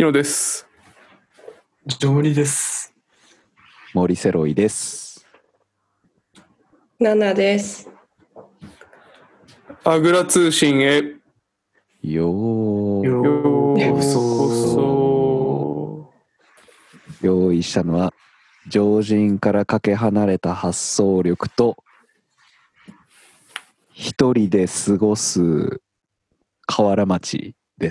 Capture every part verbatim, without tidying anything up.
野です。 ジョムリです。 森セロイです。 ナナです。 アグラ通信へよーよううこそ。 用意したのは常人からかけ離れた発想力と一人で過ごす河原町です。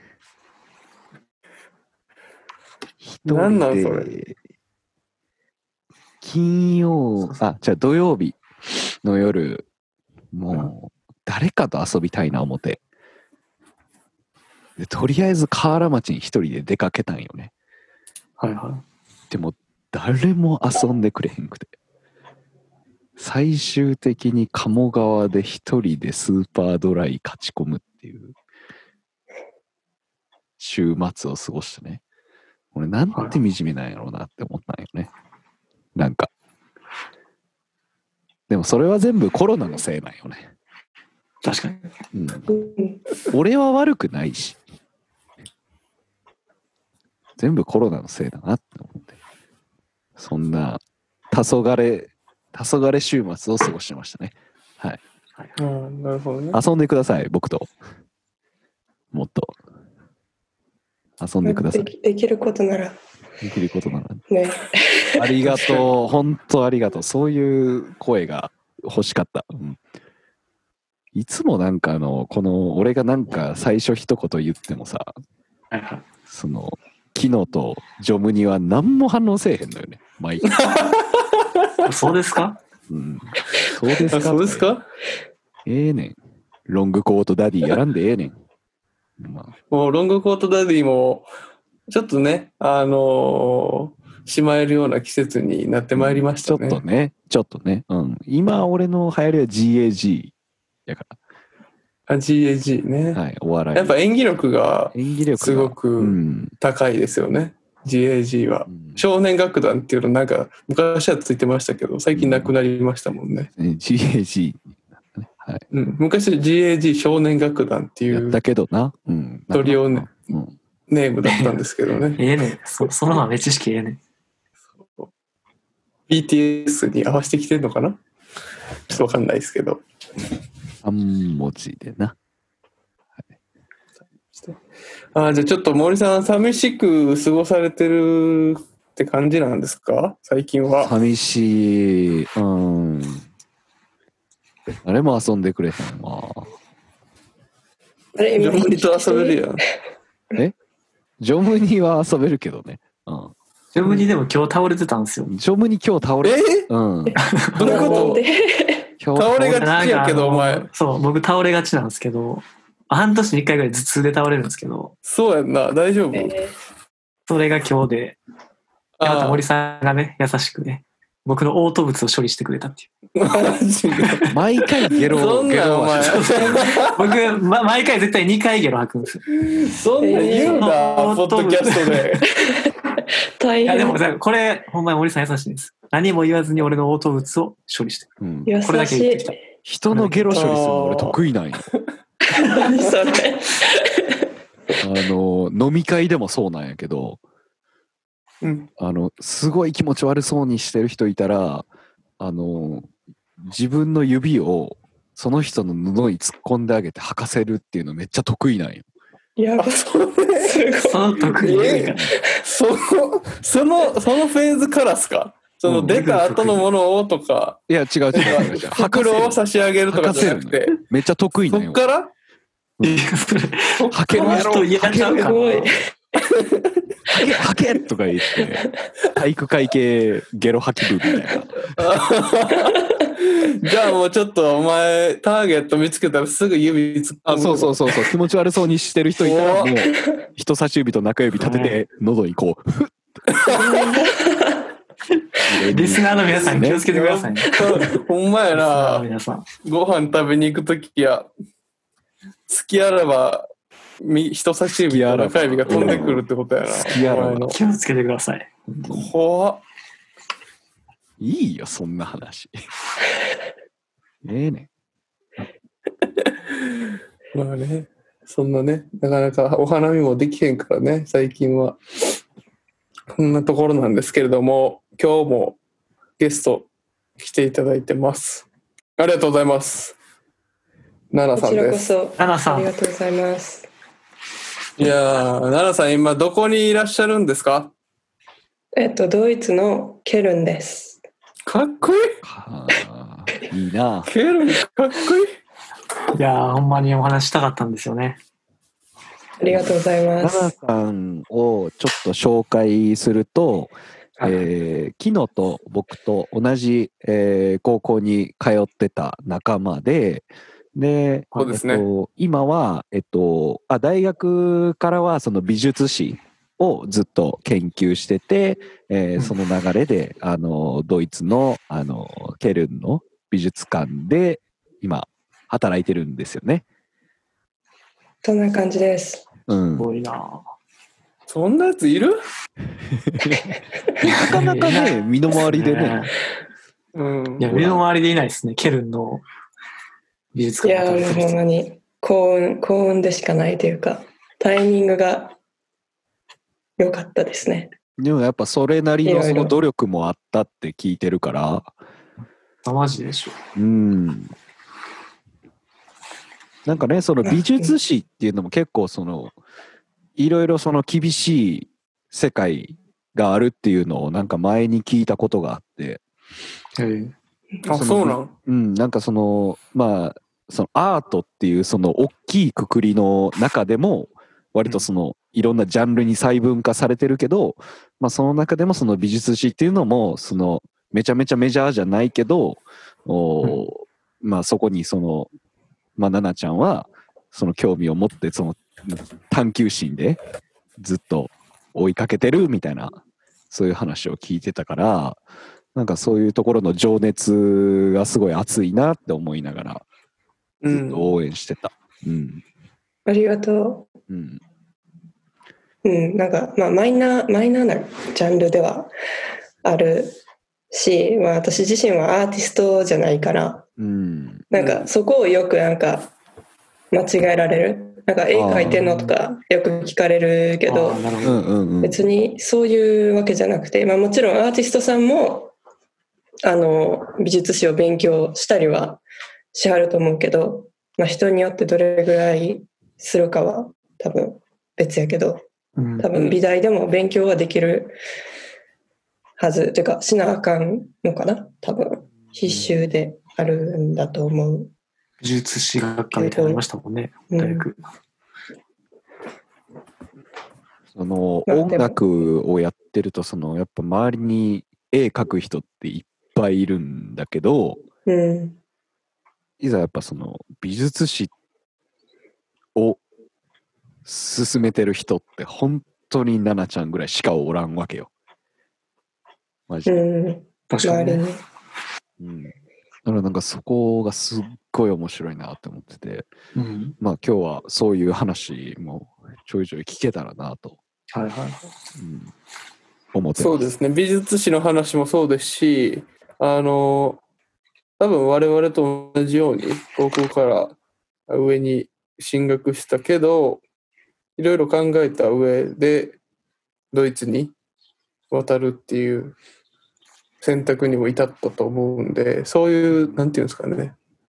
なんなんそれ。 金曜あじゃあ土曜日の夜もう誰かと遊びたいな思ってでとりあえず河原町に一人で出かけたんよね。 はいはい。 でも誰も遊んでくれへんくて最終的に鴨川で一人でスーパードライ勝ち込むっていう週末を過ごしたね。俺なんて惨めなんやろうなって思ったんよね。なんかでもそれは全部コロナのせいなんよね。 確かに、 うん、俺は悪くないし全部コロナのせいだなって思ってそんな黄昏黄昏週末を過ごしてましたね。はい。 あーなるほどね。 遊んでください僕ともっと遊んでください。 でき、できることならできることならね。 ありがとう本当ありがとう。そういう声が欲しかった、うん、いつもなんかあのこの俺がなんか最初一言言ってもさはいはい、 そのキノとジョムニは何も反応せえへんのよね毎回そうですか、 うん、そうですかそうですか。 ええねんロングコートダディやらんでええねん、まあ、 もうロングコートダディもちょっとねあのー、しまえるような季節になってまいりましたね、 うん、ちょっとねちょっとね、うん、今俺の流行りは ジーエージー やかあ ジーエージー ね、 ら、はい、お笑いやっぱ演技力が演技力がすごく高いですよね、うん、ジーエージー は、うん、少年楽団っていうのなんか昔はついてましたけど最近なくなりましたもんね、 うん、ジーエージー、はいうん、昔 ジーエージー 少年楽団っていうだけどな、うん、 トリオネ、 うん、 ネームだったんですけどねええねそその豆知識ええねビーティーエス に合わせてきてんのかなちょっとわかんないですけどさん文字でな、 はい、あじゃあちょっと森さん寂しく過ごされてるって感じなんですか最近は。 寂しい、うん誰も遊んでくれへんわ。 あれジョムニと遊べるやんえジョムニは遊べるけどね、うん、 ジョムニでも今日倒れてたんですよ。 ジョムニ今日倒れてえうん、 どういうこと倒れがちやけどお前。 そう僕倒れがちなんですけど半年にいっかいぐらい頭痛で倒れるんですけどそうやんな大丈夫、えー、 それが今日ででまた森さんがね優しくね僕の嘔吐物を処理してくれたっていう毎回ゲロそんなお前僕、ま、毎回絶対にかいゲロ吐くんですよ。 そんな言うんだ、ポッドキャストで大変。 いやでもこれほんまに森さん優しいんです。何も言わずに俺の嘔吐物を処理してくる、うん、これだけ言ってきた。 人のゲロ処理するの俺得意なんよ何それあの飲み会でもそうなんやけど、うん、あのすごい気持ち悪そうにしてる人いたらあの自分の指をその人の喉に突っ込んであげて吐かせるっていうのめっちゃ得意なんよ。 いやそれその得意えそのそのそのフェーズからっすかその出た後のものをとか、 うん、いや違う違う違う袋を差し上げるとかじゃなくてめっちゃ得意なんよ。 そっから、 うん、吐けるやろ吐けるやろ吐けとか言って体育会系ゲロ吐き部みたいなじゃあもうちょっとお前ターゲット見つけたらすぐ指突っ込む。 あそうそうそうそう気持ち悪そうにしてる人いたらもう人差し指と中指立てて喉にこうリスナーの皆さん気をつけてくださいね。 ほんまやな。ご飯食べに行くときや隙あらば人差し指と中指が飛んでくるってことやな。 隙あらば気をつけてください。 怖っ。 いいよそんな話ええねまあねそんなね、なかなかお花見もできへんからね、最近は。こんなところなんですけれども、今日もゲスト来ていただいてます。ありがとうございます。ナナさんです。 こちらこそナナさんありがとうございます。 いやー、ナナさん今どこにいらっしゃるんですか？ えっとドイツのケルンです。 かっこいい。 はあ、いいな。 ケルンかっこいい。 いやーほんまにお話したかったんですよね。 ありがとうございまナナす。 さんをちょっと紹介すると、 はいえー、キノと僕と同じ、えー高校に通ってた仲間で、で、 そうですねえっと、今は、えっと、あ、大学からはその美術史をずっと研究してて、えーうんその流れで、あの、ドイツの、あの、ケルンの美術館で今、働いてるんですよね。 そんな感じです。 うんす。ごいな。 そんなやついる？ なかなかね、身の回りでね。 うんいや、身の回りでいないですね、ケルンの美術い館やーもうほんまに幸運幸運でしかないというか、タイミングが良かったですね。 でもやっぱそれなりのいろいろその努力もあったって聞いてるから、 マジでしょ。 うん。なんかね、その美術史っていうのも結構その、いろいろその厳しい世界があるっていうのをなんか前に聞いたことがあって、 えーあ、 のそうなん？ うん、なんかその、まあ、そのアートっていうその大きいくくりの中でも、割とそのいろんなジャンルに細分化されてるけど、まあその中でもその美術史っていうのも、そのめちゃめちゃメジャーじゃないけど、おまあそこにその、まあナナちゃんはその興味を持ってその探求心でずっと追いかけてるみたいな、そういう話を聞いてたから、なんかそういうところの情熱がすごい熱いなって思いながらずっと応援してた。うん。 ありがとうん。 う。うん、なんかまあマイナーマイナーなジャンルではあるし、まあ私自身はアーティストじゃないから、 うん。 なんかそこをよくなんか間違えられる。なんか絵描いてんのとかよく聞かれるけどあー、なるほど。 うんうんうん。 別にそういうわけじゃなくて、まあもちろんアーティストさんもあの美術史を勉強したりはしはると思うけど、まあ人によってどれぐらいするかは多分別やけど、 うん多分美大でも勉強はできるはず、というかしなあかんのかな、多分必修であるんだと思う。 美術史学科みたいなのありましたもんね、 うん大学。 そのまあでも音楽をやってるとそのやっぱ周りに絵描く人っていっぱいいるんだけど、 うん、 いざやっぱその美術史を進めてる人って本当にナナちゃんぐらいしかおらんわけよ。マジで。 うん、 確かにね。 周りに。 うん。だからなんかそこがすっごい面白いなって思ってて、 うん。 まあ今日はそういう話もちょいちょい聞けたらなと、 はいはいはい。 うん、思ってます。 そうですね。美術史の話もそうですし、あの、多分我々と同じように高校から上に進学したけど、いろいろ考えた上でドイツに渡るっていう選択にも至ったと思うんで、そういうなんていうんですかね、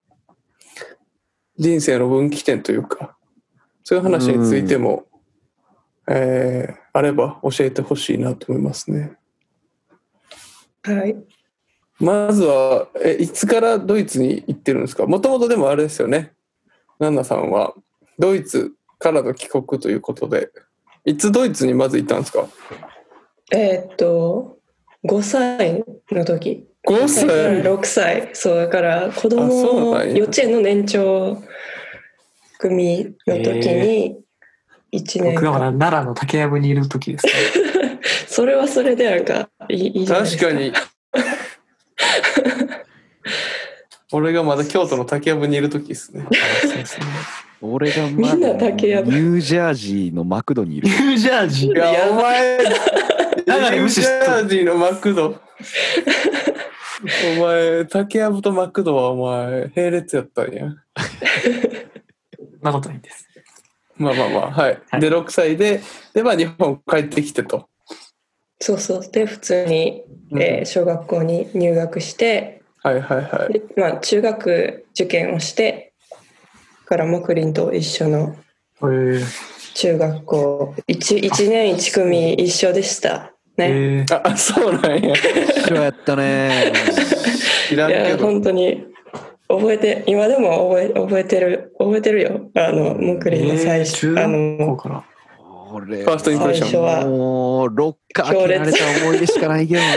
人生の分岐点というか、そういう話についても、えー、あれば教えてほしいなと思いますね。 はい。 まずはえいつからドイツに行ってるんですか？もともとでもあれですよね、ナンナさんはドイツからの帰国ということで、いつドイツにまず行ったんですか？ えーっとごさいの時、 ごさい。 ろくさい、そうだから子あそう供なんや幼稚園の年長組の時にいちねんかん、 僕がまだ奈良の竹やぶにいる時ですね。 それはそれでなんかいいいいじゃないですか。 確かに俺がまだ京都の竹やぶにいる時ですね。 そうですね。 俺がまみんなだニ竹やぶュージャージーのマクドにいる。 ニュージャージー。 いやお前流れ無視しニュージャージーのマクドお前竹やぶとマクドはお前並列やったんや。 そんなことないです。 まあまあまあ、はい。 はいで、ろくさいで、で、まあ日本帰ってきてと。 そうそう。で、普通に、えー小学校に入学して、 はいはいはい。 で、まあ、中学受験をして、からもくりんと一緒のえー中学校、一一年一組一緒でした。ね。 えーあ、そうなんや。 一緒やったね。 知らんいや、 けど。 本当に、覚えて、今でも覚え覚えてる、覚えてるよ。あの、もくりんの最えー初、 中あ学校の、 から。 俺ファーストインプレッション最初はもうロッカー開けられた思い出しかないけどな。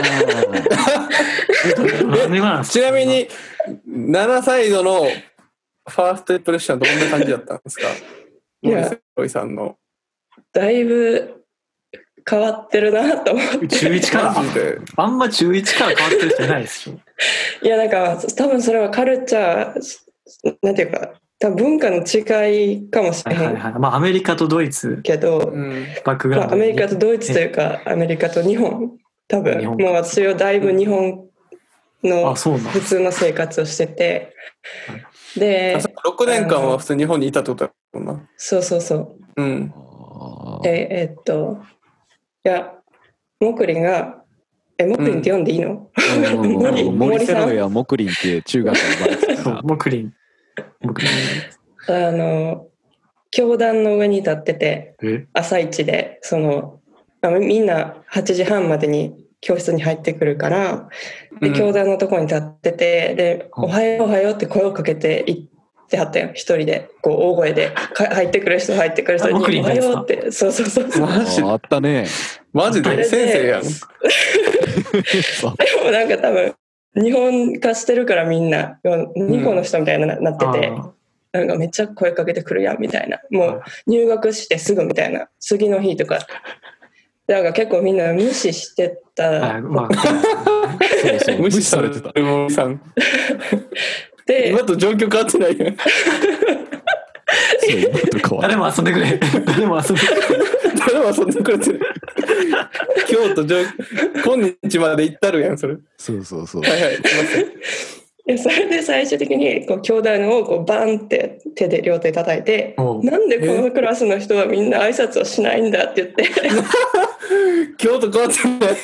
何年なんですかちなみに、ななサイドのファーストインプレッションどんな感じだったんですか？ いや森瀬ロイさんの。 だいぶ変わってるなと思って。 中いちからマジで。 あんま中いちから変わってる人いないでしょ。 いや、なんか、多分それはカルチャー、なんていうか、多分文化の違いかもしれへんはいはいはい。まあアメリカとドイツけど、 うん。 バックグラウンドにまあアメリカとドイツというか、アメリカと日本、多分、 日本もう私はだいぶ日本のあそうなん普通の生活をしてて、 あでそっ、かろくねんかんは普通に日本にいたってことだもんな。 そうそうそう。 うん。 で、えっと、いや、モクリンが、え、モクリンって読んでいいの？森森セさんロイはモクリンって中学に生まれてたそうから。 モクリン。モクリン。 あの、教壇の上に立ってて、 え朝一で、その、あみんなはちじはんまでに教室に入ってくるから、で、 うん教壇のところに立ってて、で、 うんおはようおはようって声をかけて行ってはったよ、一人で、こう、大声で、か入ってくる人入ってくる人に、 あモクリンおはがですかようって、そうそうそうそう。 マジああったね。 マジで先生やん。 そうでもなんか多分、日本化してるからみんな、日本の人みたいにななってて、 あなんかめっちゃ声かけてくるやんみたいな。もう入学してすぐみたいな。次の日とか。なんか結構みんな無視してーた。 あまあそうそう無視無視されてたされてた。。 森さん。 で、 今と状況変わってないやん。 そう今と変わ誰も遊んでくれ。誰も遊んでくれ。 誰も遊んでくれてる。京都上、今日まで行ったるやん、それ。 そうそうそう。 はいはい、すいません。 でそれで最終的にこう兄弟のをこうバンって手で両手叩いて、 おうなんでこのクラスの人はみんな挨拶をしないんだって言って京都変わってない。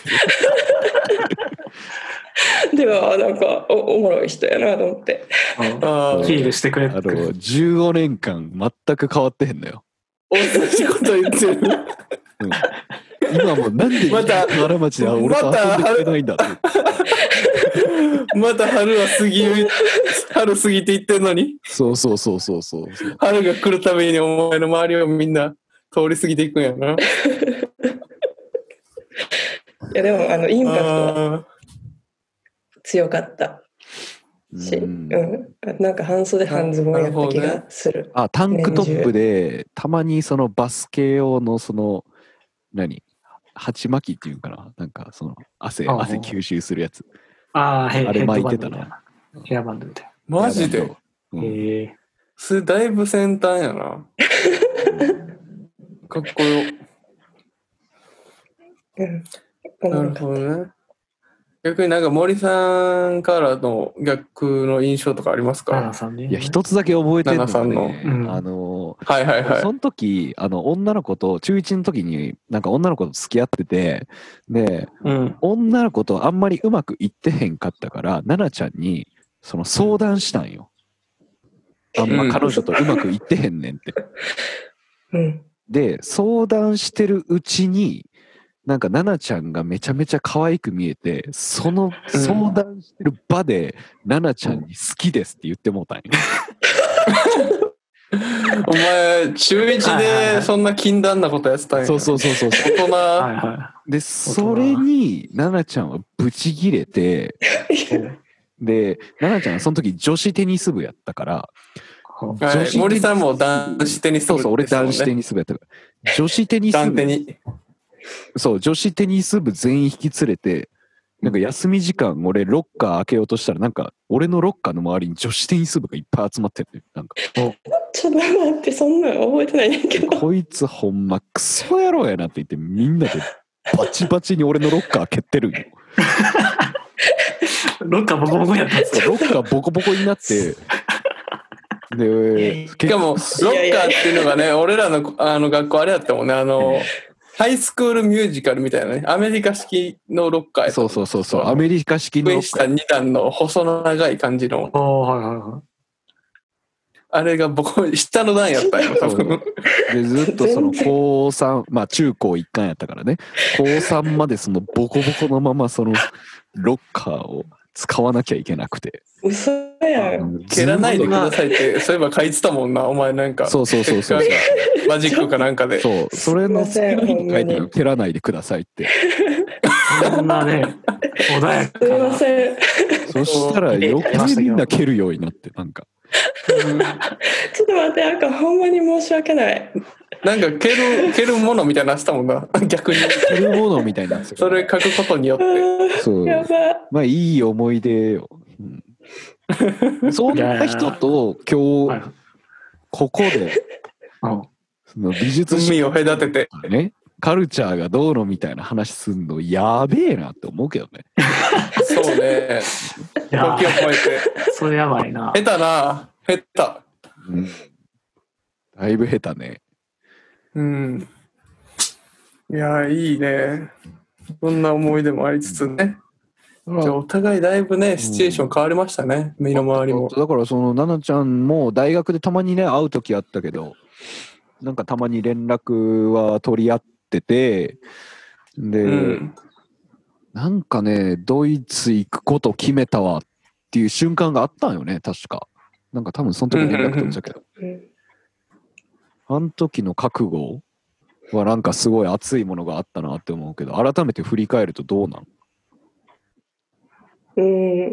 ではなんか お, おもろい人やなと思って。 あヒールしてくれあってくれのじゅうごねんかん全く変わってへんのよ。 同じこと言ってる。 うん、今もうなんでまた河原町で俺と遊んでくれないんだって。 また春は過ぎ、春過ぎていってんのに、 そうそうそうそうそうそう。 春が来るためにお前の周りをみんな通り過ぎていくんやな。 いやでもあのインパクトはあ強かったし、 ううんん、なんか半袖半ズボンやった気がする。 あ、タンクトップでたまにそのバスケ用のその何鉢巻きっていうかな、なんかその汗ああ汗吸収するやつ。 ああ、ヘあれヘッド巻いてたバンドみたいな。 な。ヘアバンドみたいな。 マジでうんへえ。 それだいぶ先端やな。かっこよ。 うん、おもなるろかっほどね。逆になんか森さんからの逆の印象とかありますナナか？ さんね。 いや一つだけ覚えてるのがナナさんね、 のうんあのはいはいはい。 その時あの女の子と中いちの時になんか女の子と付き合ってて、でうん。 女の子とあんまりうまくいってへんかったから奈々ちゃんにその相談したんよ。あんま彼女とうまくいってへんねんって。 た。うん。 で相談してるうちになんか奈々ちゃんがめちゃめちゃ可愛く見えて、その相談してる場で奈々ちゃんに好きですって言ってもうたんよ。 お前、中一でそんな禁断なことやってたんや。 そうそうそうそうそう。 大人。 はいはでそれに奈々ちゃんはブチギレて、 い。 で奈々ちゃんはその時女子テニス部やったから、 はい、森さんも男子テニス部そうそう俺男子テスニス部やったから女子テニス部団手に。 そう女子テニス部全員引き連れて、なんか休み時間俺ロッカー開けようとしたらなんか俺のロッカーの周りに女子テニス部がいっぱい集まってる。なんかちょっと待って、そんなの覚えてないねんけど。 こいつほんまクソ野郎やなって言ってみんなでバチバチに俺のロッカー蹴ってるんよ。 ロッカーボコボコやったんですよ。 ロッカーボコボコになってで、 しかも、ロッカーっていうのがね、俺らのあの学校あれやったもんね、あの、ハイスクールミュージカルみたいなね、アメリカ式のロッカーやったそうそうそうそう、アメリカ式のロ上下に段の細長い感じの。 ああ、はいはいはい。 あれが僕、下の段やったよ、多分。 で、ずっとその高さん、まあ中高一貫やったからね、高さんまでそのボコボコのままそのロッカーを使わなきゃいけなくて。 嘘やん。 蹴らないでくださいって、そういえば書いてたもんな、お前なんか。 そうそうそうそう。 マジックかなんかで。 そう、それの次の日に書いてるの蹴らないでくださいって。 そんなね、穏やかすいな。 ません。 そしたら余計みんな蹴るようになって、なんか。 うん、 ちょっと待って、なんかほんまに申し訳ない。 なんか蹴る、蹴るものみたいなのしたもんな、逆に。 蹴るものみたいな。 それ書くことによって。 そう。 やばまあいい思い出よ。うん、そんな人と今日、ここで、その美術史海を隔てて。 ね、カルチャーがどうのみたいな話すんのやべえなって思うけどね。 そうね。時を超えて。 それやばいな。 下手な。下手。 うん。だいぶ下手ね。 うん。いや、いいね。そんな思い出もありつつね。じゃあお互いだいぶね、シチュエーション変わりましたね。身の回りも。 だからその奈々ちゃんも大学でたまにね会う時あったけど、なんかたまに連絡は取り合ってて、で、うん、なんかねドイツ行くこと決めたわっていう瞬間があったんよね、確か。なんか多分その時連絡取ってたけど、うんうんうん、あの時の覚悟はなんかすごい熱いものがあったなって思うけど、改めて振り返るとどうなの？ うん、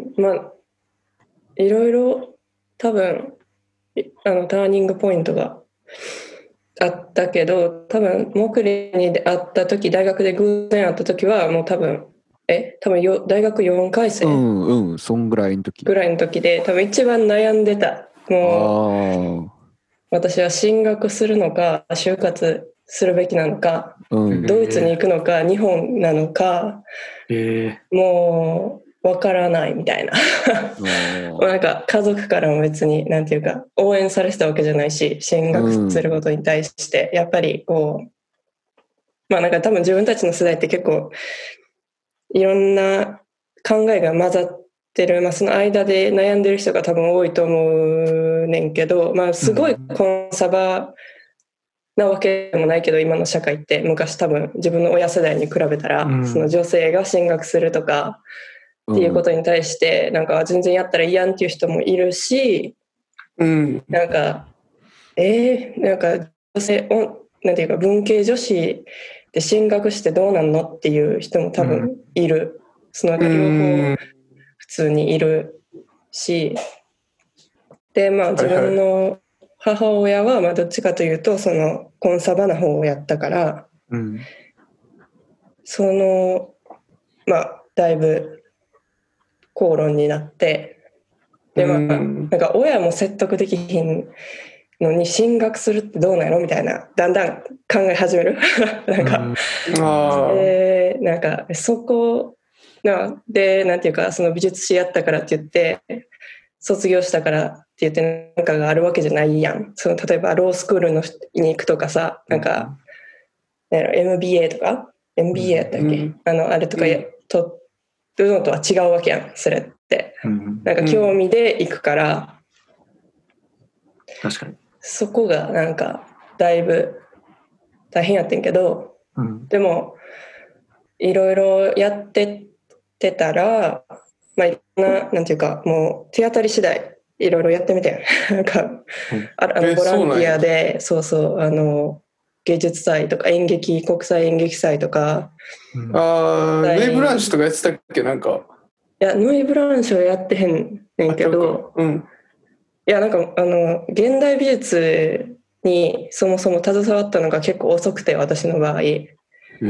まあいろいろ多分あのターニングポイントがあったけど、多分モクレに会った時、大学で偶然会った時はもう多分え多分よ大学よんかい生うんうんそんぐらいの時ぐらいの時で、多分一番悩んでた。もう私は進学するのか就活するべきなのか、うん、ドイツに行くのか日本なのか、えー、もうわからないみたいななんか家族からも別になんていうか応援されてたわけじゃないし、進学することに対してやっぱりこう、まあなんか多分自分たちの世代って結構いろんな考えが混ざってる、まあ、その間で悩んでる人が多分多いと思うねんけど、まあすごいコンサバなわけでもないけど、今の社会って昔多分自分の親世代に比べたら、その女性が進学するとかっていうことに対してなんか全然やったらいいやんっていう人もいるし、うん、なんかえー、なんか女性なんていうか文系女子で進学してどうなんのっていう人も多分いる、うん、その両方普通にいるし、でまあ自分の母親はまあどっちかというとそのコンサバな方をやったから、うん、そのまあだいぶ口論になって、でまあなんか親も説得できひんのに進学するってどうなのみたいなだんだん考え始めるなんか、うん、えー、なんかそこなでなんていうかその美術史やったからって言って卒業したからって言ってなんかがあるわけじゃないやん。その例えばロースクールのに行くとかさ、なんか、うん、エムビーエー とか エムビーエー やったっけ、うん、あのあれとかや、うん、とるのとは違うわけやん、それって、うん、なんか興味で行くから、 うん、確かにそこがなんかだいぶ大変やってんけど、うん、でもいろいろやってってたら、まあいろんななんていうかもう手当たり次第いろいろやってみてなんか、うん、ああのボランティアで、そうそうあの芸術祭とか演劇国際演劇祭とか、 うん、ああヌイブランシュとかやってたっけ。なんかいやヌイブランシュはやってへんねんけど、うん、いやなんかあの現代美術にそもそも携わったのが結構遅くて、私の場合、うん、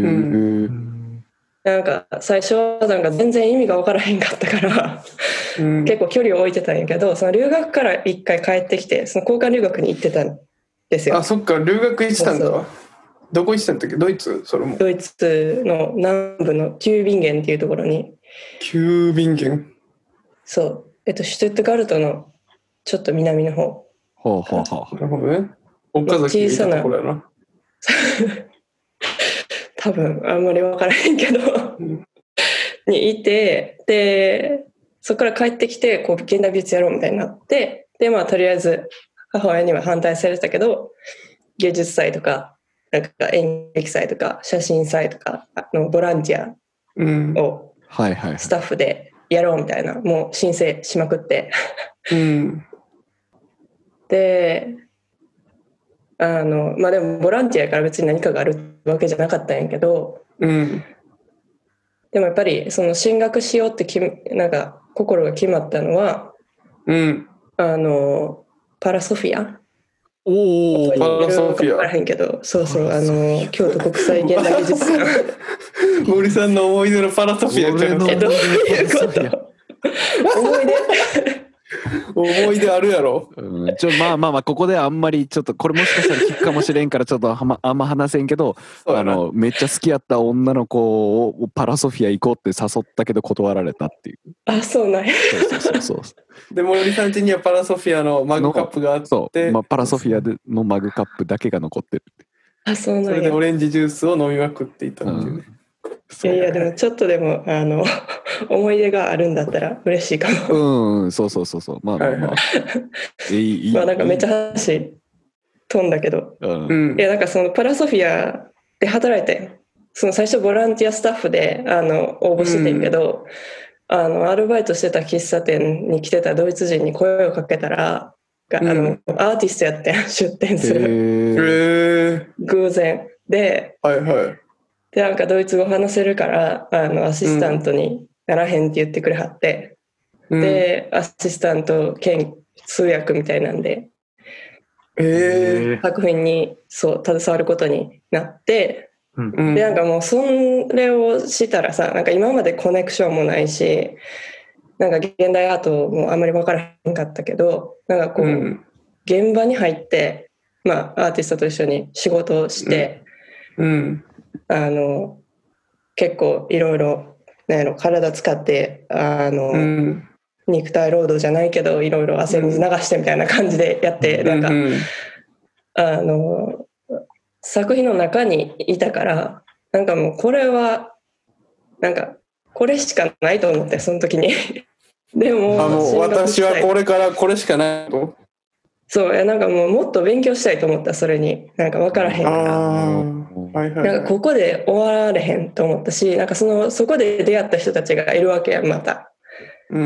なんか最初はなんか全然意味が分からへんかったから、うん、結構距離を置いてたんやけど、その留学から一回帰ってきてその交換留学に行ってたんですよ。 あ、そっか留学行ってたんだ。そうそう、どこ行ってたんだっけ。ドイツ。それもドイツの南部のテュービンゲンっていうところに。 テュービンゲン、 そう、えっとシュトゥットガルトのちょっと南の方ほうほうほうなるほどね。岡崎にいたところやな。 多分あんまり分からへんけど、うん、にいて、でそこから帰ってきてこう現代美術やろうみたいになって、でまあとりあえず母親には反対されてたけど、芸術祭とかなんか演劇祭とか写真祭とかのボランティアをスタッフでやろうみたいな、もう申請しまくって、うん、であのまあでもボランティアやから別に何かがあるわけじゃなかったんやけど、うん、でもやっぱりその進学しようってきなんか心が決まったのは、うん、あのパラソフィア、 おお、パラソフィア。 分からへんけど、そうそう、あの京都国際現代美術館。 森さんの思い出のパラソフィアちゃう。 え、どういうこと？思い出思い出あるやろ。 うん、ちょまあまあまあここであんまりちょっとこれもしかしたら聞くかもしれんからちょっとは、ま、あんま話せんけど、あのめっちゃ好きやった女の子をパラソフィア行こうって誘ったけど断られたっていう。 あ、そうなんや。 そうそうそうそう。 で森さん家にはパラソフィアのマグカップがあって、 そう、まあ、パラソフィアでのマグカップだけが残ってる。 あ、そうなんや。 それでオレンジジュースを飲みまくっていたっていうね。うんいやいやでもちょっとでもあの思い出があるんだったら嬉しいかも。 うん、うん、そうそうそうそう。まあまあまあ。 えいいまあなんかめっちゃ話飛んだけど、うん、いやなんかそのパラソフィアで働いて、その最初ボランティアスタッフであの応募しててんけど、うん、あのアルバイトしてた喫茶店に来てたドイツ人に声をかけたら、うん、あのアーティストやって出店する偶然で。 はいはい。 でなんかドイツ語話せるからあのアシスタントにならへんって言ってくれはって、うん、でアシスタント兼通訳みたいなんで、えー、作品にそう携わることになって、うん、でなんかもうそれをしたらさ、なんか今までコネクションもないし、なんか現代アートもあんまり分からへんかったけど、なんかこう、うん、現場に入ってまあアーティストと一緒に仕事をして、うんうんあの結構いろいろ体使ってあの、うん、肉体労働じゃないけどいろいろ汗水流してみたいな感じでやって、うん、なんか、うん、あの作品の中にいたからなんかもうこれはなんかこれしかないと思ってその時にでもあもう私はこれからこれしかないと。 そういやなんかもうもっと勉強したいと思った。それになんか分からへんから、はいはいはい、なんかここで終われへんと思ったし、なんかそのそこで出会った人たちがいるわけやまた、うん、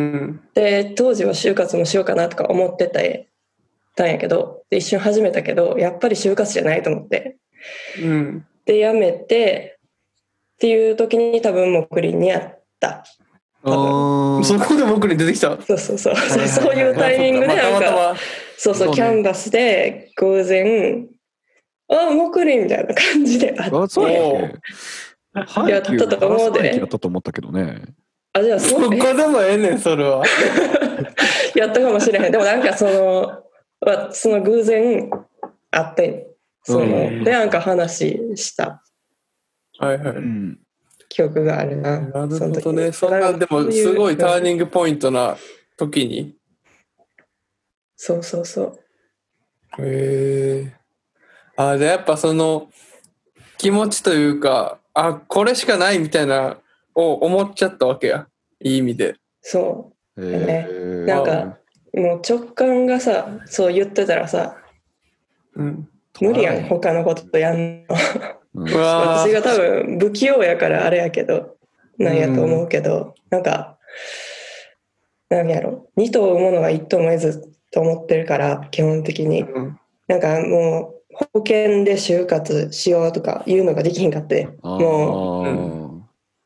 で当時は就活もしようかなとか思ってたんやけど、で一瞬始めたけどやっぱり就活じゃないと思って、うん、でやめてっていう時に多分木林にあったあそこで僕に出てきた。 そうそうそう、はいはいはい、そういうタイミングでなんか、またまたそうそう、キャンバスで偶然あ木林みたいな感じであって、 やったと思うで。やったと思ったけどね。 あじゃあそこでもええねんそれは。 やったかもしれへん。でもなんかそのその偶然あってその、うん、でなんか話した。 はいはい。うん記憶があるな。 なるほどね。そんなでもすごいターニングポイントな時に。 そうそうそう。 へえ。あじゃあやっぱその気持ちというか、あこれしかないみたいなを思っちゃったわけや。いい意味で。 そう。ね。なんかもう直感がさ、そう言ってたらさ、うん、無理やん他のことやんの。うん、私が多分不器用やからあれやけどなんやと思うけど、うん、なんかなんやろ二頭産むのが一頭も得ずと思ってるから基本的に、うん、なんかもう保険で就活しようとかいうのができひんかってもう、うん、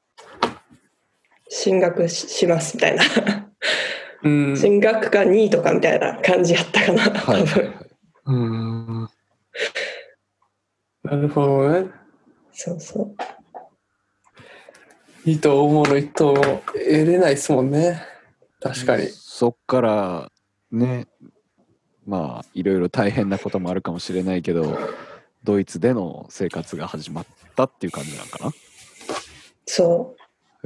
進学 し, しますみたいな、うん、進学かニートかみたいな感じやったかな多分、はい、うんなるほどね。 そうそう。 いいと思うの一等得れないですもんね。確かに。 そっからね、まあいろいろ大変なこともあるかもしれないけど、ドイツでの生活が始まったっていう感じなんかな。 そう。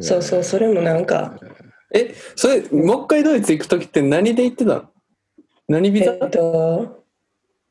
そうそう、それもなんか。 え、それもう一回ドイツ行くときって何で行ってたの？何ビザ？ えっと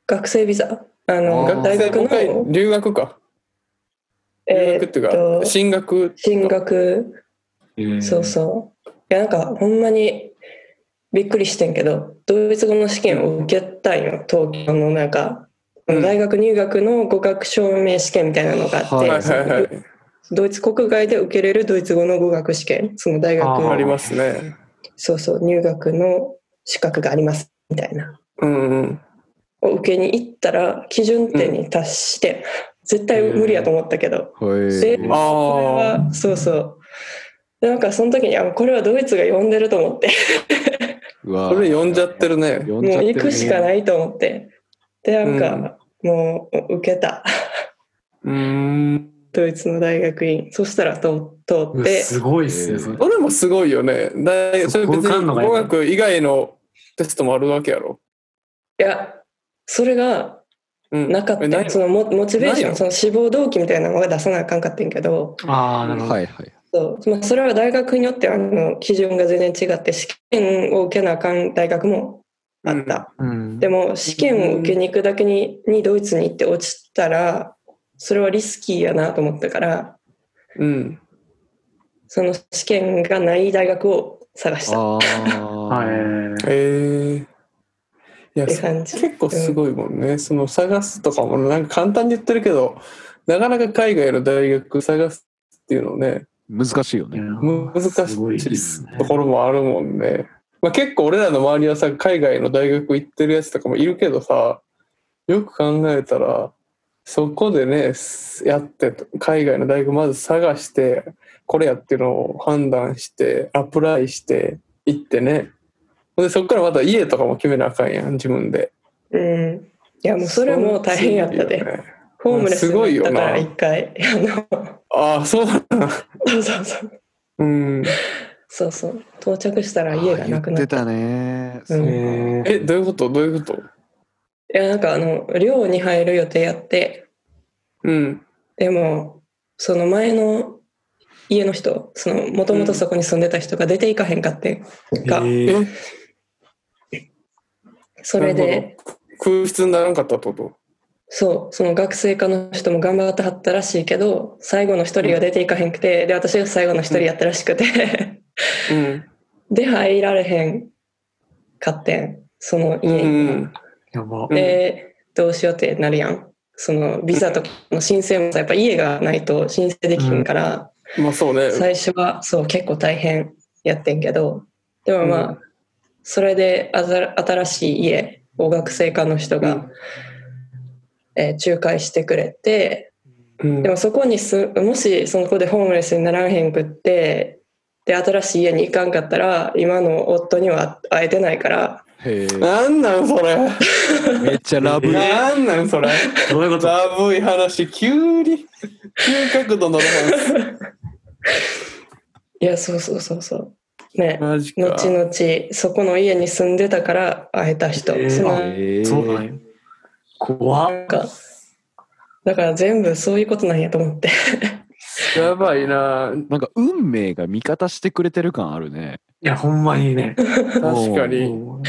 学生ビザ。あの、 あー大学もう一回の、 留学か。留え学っていうか、 ーっと、 進学。 進学、 えーそうそう。いや、なんか、ほんまにびっくりしてんけど、ドイツ語の試験を受けたんよ、東京のなんか、 うん大学入学の語学証明試験みたいなのがあって、 はいはいはいはい。 ドイツ国外で受けれるドイツ語の語学試験、その大あー学、 ありますね。 そうそう、入学の資格がありますみたいな。 うんうん。 を受けに行ったら、基準点に達して、絶対無理やと思ったけど、で、 へーあこれは、そうそう。でなんかその時に、あ、これはドイツが呼んでると思って、 うわそれ呼んじゃってるね。 呼んじゃってるねもう行くしかないと思って、で、なんうんか、もう受けた。 うーん。 ドイツの大学院。そしたら通通うわって、 すごいっすね、それ。 それもすごいよね。だいそれ別そこ受かんにのがやっぱ語学以外のテストもあるわけやろ。 いや、それがうん。 なかったよ。 えないのそのモモチベーション、 ないのその志望動機みたいなのが出さなあかんかったんけど、 ああ、なるほど。 はいはい。 そうまあ、それは大学によってあの基準が全然違って、試験を受けなあかん大学もあった。 うん。 でも、試験を受けに行くだけににドイツに行って落ちたら、それはリスキーやなと思ったから、 うん。 その試験がない大学を探したっあはあ。 い。 えー。いや、 て感じ。 結構すごいもんね。その探すとかもなんか簡単に言ってるけど、なかなか海外の大学探すっていうのね、 難しいよね。 む難しすごいですねいところもあるもんね。まあ、結構俺らの周りはさ、海外の大学行ってるやつとかもいるけどさ、よく考えたら、そこでね、やって海外の大学まず探して、これやっていうのを判断してアプライして行ってね、でそこからまた家とかも決めなあかんやん、自分で。 うん。いや、もうそれも大変やったで。 すごいよね。 ホームレスすごいよなになったから一回。 ああ、そうなんだ。 そうそうそう。 うん。 そうそう。到着したらあ家ー言がなくなった。 ってたね。 うんそうえーえ、どういうことどういうこといや、なんかあの、寮に入る予定やって、 うん。 でも、その前の家の人、その、もともとそこに住んでた人が出ていかへんかってんが、 ええーそれで、 空室にならんかったってことそう、その学生課の人も頑張ってはったらしいけど、最後の一人が出ていかへんくて、で、私が最後の一人やったらしくて、 うん。 で、入られへんかってん、そのう家に。 ん。 やば。 で、どうしようってなるやん。そのビザとかの申請もさ、やっぱ家がないと申請できひんから、 まあそうね。 最初はそう結構大変やってんけど、でもまあ、 うんそれであざ新しい家を学生課の人が、 うんえー仲介してくれて、 うんでもそこにすもしその子でホームレスにならへんくって、で新しい家に行かんかったら今の夫には会えてないから、 へえ。 なんなんそれめっちゃラブ。 なんなんそれどういうこと？ ラブい話、急に、急角度のロマンいやそうそうそうそうねス。マジか。 後々そこの家に住んでたから会えた人、 えーそのへえ。 そうなんや。怖っ。 なんかだから全部そういうことなんやと思ってやばいな。 なんか運命が味方してくれてる感あるね。 いや、ほんまにね。 確かに。 うん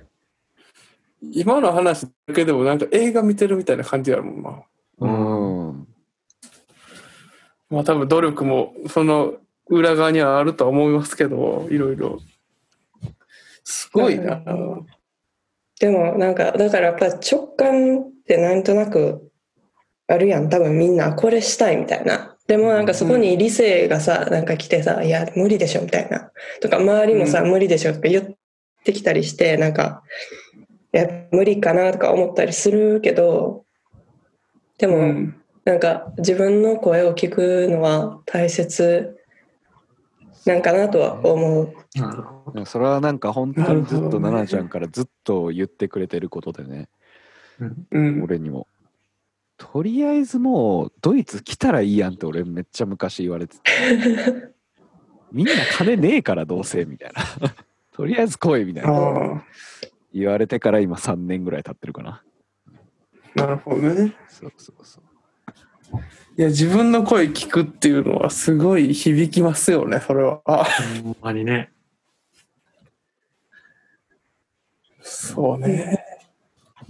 今の話だけでもなんか映画見てるみたいな感じやもんな。 うん。 まあ多分努力もその裏側にはあるとは思いますけど、いろいろ。すごいな。 でもなんかだからやっぱ直感ってなんとなくあるやん、多分みんなこれしたいみたいな。でもなんかそこに理性がさ、なんか来てさ、いや無理でしょみたいなとか、周りもさ、無理でしょとか言ってきたりして、なんかいや無理かなとか思ったりするけど、でも、 うんなんか自分の声を聞くのは大切なんかなとは思う。 なるほど。 それはなんか本当にずっとなるほどね奈々ちゃんからずっと言ってくれてることでね、 うんうん。 俺にも。とりあえずもうドイツ来たらいいやんって俺めっちゃ昔言われててみんな金ねえからどうせみたいなとりあえず来いみたいなああ、 言われてから今さんねんぐらい経ってるかな。 なるほどね。 そうそうそう。 いや、自分の声聞くっていうのはすごい響きますよね、それは。あ、 ほんまにね。 そうね。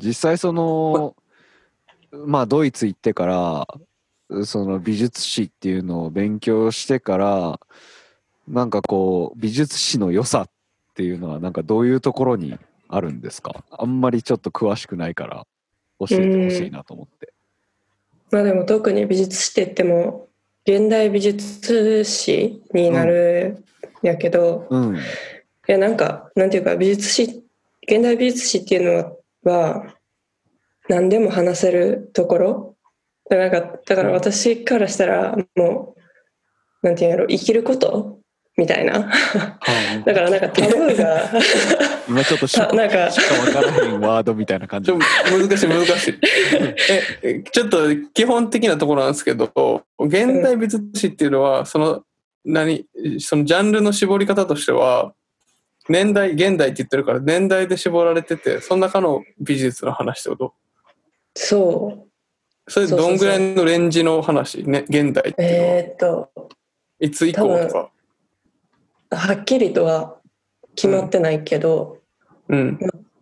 実際そのまあドイツ行ってからその美術史っていうのを勉強してからなんかこう美術史の良さっていうのはなんかどういうところにあるんですか？あんまりちょっと詳しくないから教えてほしいなと思って。 まあでも特に美術史って言っても現代美術史になるんやけど、 うん、 いやなんかなんていうか美術史現代美術史っていうのは何でも話せるところだから、だから私からしたらもうなんていうんやろ生きることみたいなだからなんかタブーが今ちょっとしかなんかしか分からへんワードみたいな感じ。 ちょ難しい難しいえちょっと基本的なところなんですけど、現代美術史っていうのはその何そのジャンルの絞り方としては年代現代って言ってるから年代で絞られてて、その中の美術の話ってこと？ そうそれどんぐらいのレンジの話ね、現代っていうのはえー、っといつ以降とかはっきりとは決まってないけど、 うん、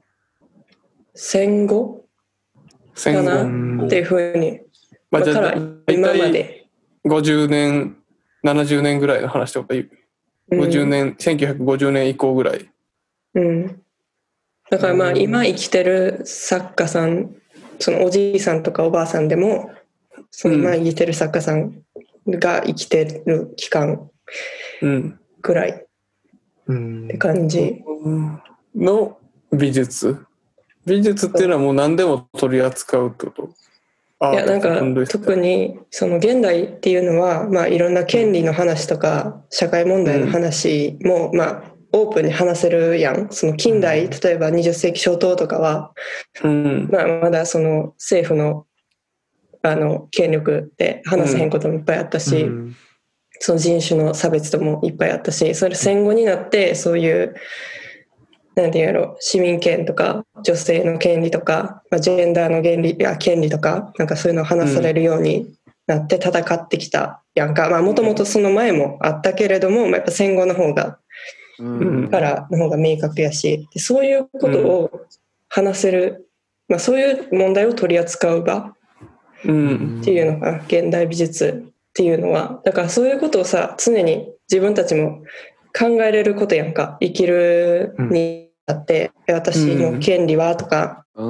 戦後かなっていうふうに、 まあ、じゃあから今までごじゅうねんななじゅうねんぐらいの話とかごじゅうねん、うん、せんきゅうひゃくごじゅうねん以降ぐらい。 うん。だからまあ今生きてる作家さん、そのおじいさんとかおばあさんでも、その今生きてる作家さんが生きてる期間ぐらいって感じの美術。美術っていうのはもう何でも取り扱うってこと？ いやなんか特にその現代っていうのはまあいろんな権利の話とか社会問題の話もまあオープンに話せるやん。その近代例えばにじゅっせいき初頭とかは、まあまだその政府のあの権力で話せへんこともいっぱいあったし、その人種の差別ともいっぱいあったし、それ戦後になってそういうなんていうやろ市民権とか女性の権利とか、まあ、ジェンダーの原理や権利とかなんかそういうのを話されるようになって戦ってきたやんか。まあもともとその前もあったけれども、まあ、やっぱ戦後の方が、うん、からの方が明確やし、でそういうことを話せる、まあ、そういう問題を取り扱う場っていうのが現代美術っていうのは、だからそういうことをさ常に自分たちも考えれることやんか。生きるにあって、うん、私の権利はとか、うん、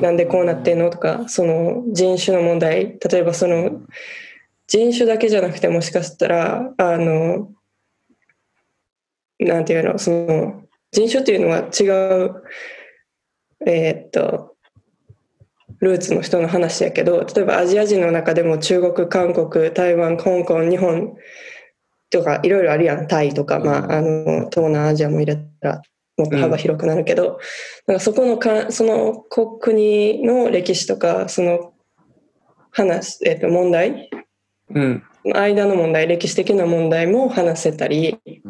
なんでこうなってんのとか、その人種の問題、例えばその人種だけじゃなくてもしかしたらあのなんていうの、その人種っていうのは違うえー、っとルーツの人の話やけど、例えばアジア人の中でも中国、韓国、台湾、香港、日本とかいろいろあるやん。タイとか、まあ、あの東南アジアも入れたらもっと幅広くなるけど、うん、なんかそこのかその国の歴史とかその話、えー、と問題、うん、間の問題、歴史的な問題も話せたり、うん、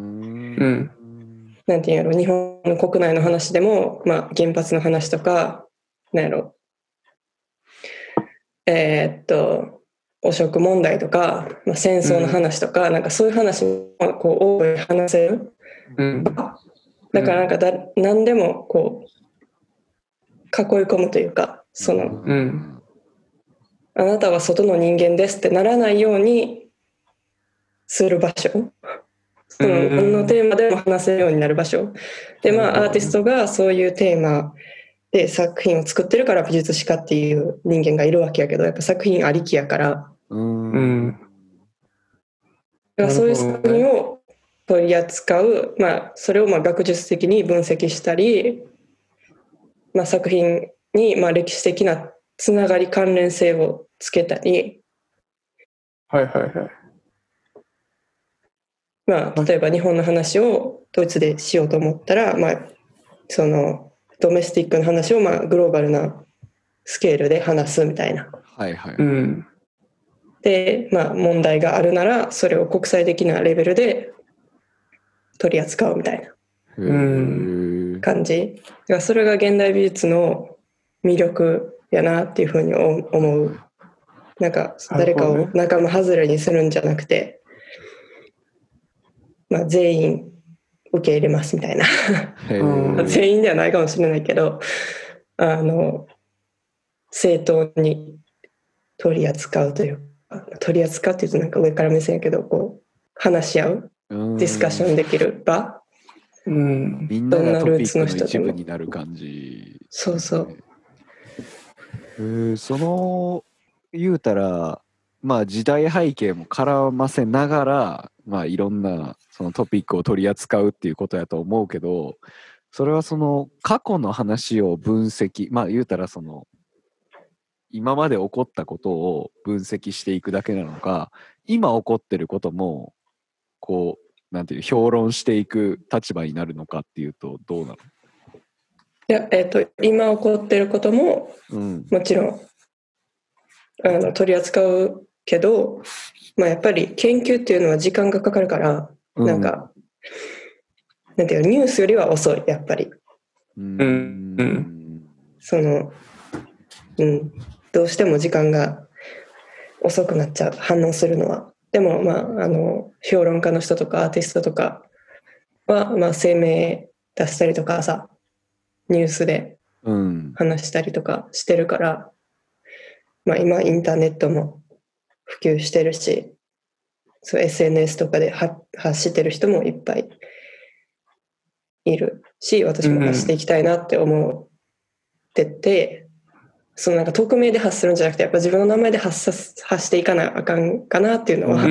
なんていうんやろ、日本の国内の話でも、まあ、原発の話とか、なんやろ、えー、っと汚職問題とか、まあ、戦争の話とか、うん、なんかそういう話もこう多い話せる、うん、だからなんかだ何でもこう囲い込むというか、その、うん、あなたは外の人間ですってならないようにする場所、その何のテーマでも話せるようになる場所で、まあアーティストがそういうテーマで作品を作ってるから美術史家っていう人間がいるわけやけど、やっぱ作品ありきやから、うん、だからそういう作品を取り扱う、まあ、それをまあ学術的に分析したり、まあ、作品にまあ歴史的なつながり関連性をつけたり、 はいはいはい、 まあ、例えば日本の話をドイツでしようと思ったら、まあ、そのドメスティックの話をまあグローバルなスケールで話すみたいな。 はいはい。 うん、で、まあ問題があるならそれを国際的なレベルで取り扱うみたいな感じ。だからそれが現代美術の魅力やなっていうふうに思う。なんか誰かを仲間外れにするんじゃなくて、まあ全員受け入れますみたいな全員ではないかもしれないけど、 あの正当に取り扱うというか、取り扱うっていうとなんか上から目線やけど、こう話し合う、ディスカッションできる場、 うん、 みんながトピックの一部になる感じ。 そうそう。 えー、その言うたら、まあ時代背景も絡ませながら、まあいろんなそのトピックを取り扱うっていうことやと思うけど、それはその過去の話を分析、まあ言うたらその今まで起こったことを分析していくだけなのか、今起こってることもこうなんていう評論していく立場になるのかっていうとどうなの？ いや、えっと、今起こってることも、 うん、 もちろんあの取り扱うけど、まあ、やっぱり研究っていうのは時間がかかるから、うん、なんかなんていうニュースよりは遅い、やっぱり。 うん、うん、 その、うん、どうしても時間が遅くなっちゃう、反応するのは。でも、まあ、あの評論家の人とかアーティストとかは、まあ、声明出したりとかさ、ニュースで話したりとかしてるから、うん、まあ、今インターネットも普及してるし、そう エスエヌエス とかで発してる人もいっぱいいるし、私も発していきたいなって思ってて、うん、そのなんか匿名で発するんじゃなくて、やっぱ自分の名前で発さ発していかなあかんかなっていうのは、うん、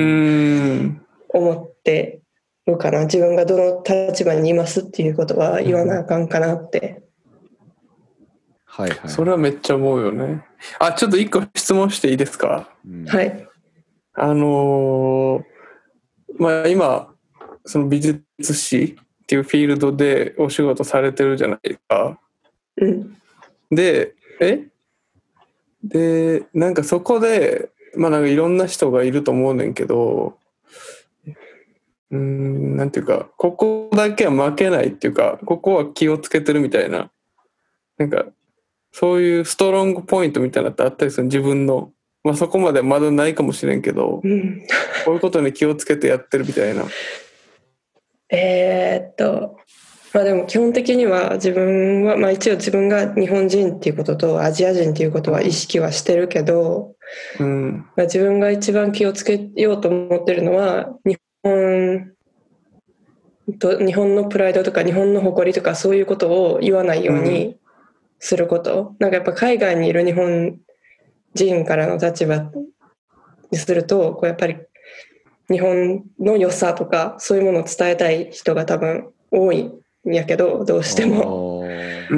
思ってるかな。自分がどの立場にいますっていうことは言わなあかんかなって。 はいはい。 それはめっちゃ思うよね。あ、ちょっと一個質問していいですか？ うん、はい。 あのー、まあ今その美術史っていうフィールドでお仕事されてるじゃないですか。 うん。 で、えでなんかそこでまあなんかいろんな人がいると思うねんけど、うーんなんていうかここだけは負けないっていうか、ここは気をつけてるみたいな、なんかそういうストロングポイントみたいなのってあったりする？自分の、まあそこまでまだないかもしれんけど、うん、こういうことに気をつけてやってるみたいな。 えーっとまあでも基本的には自分は、まあ一応自分が日本人っていうこととアジア人っていうことは意識はしてるけど、うん、まあ、自分が一番気をつけようと思ってるのは日本と日本のプライドとか日本の誇りとかそういうことを言わないようにすること、うん、なんかやっぱ海外にいる日本人からの立場にすると、こうやっぱり日本の良さとかそういうものを伝えたい人が多分多いんやけど、どうしても、うん、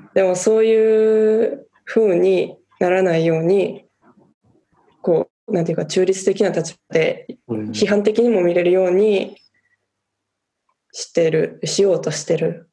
でもそういう風にならないように、こうなんていうか中立的な立場で批判的にも見れるようにしてるしようとしてる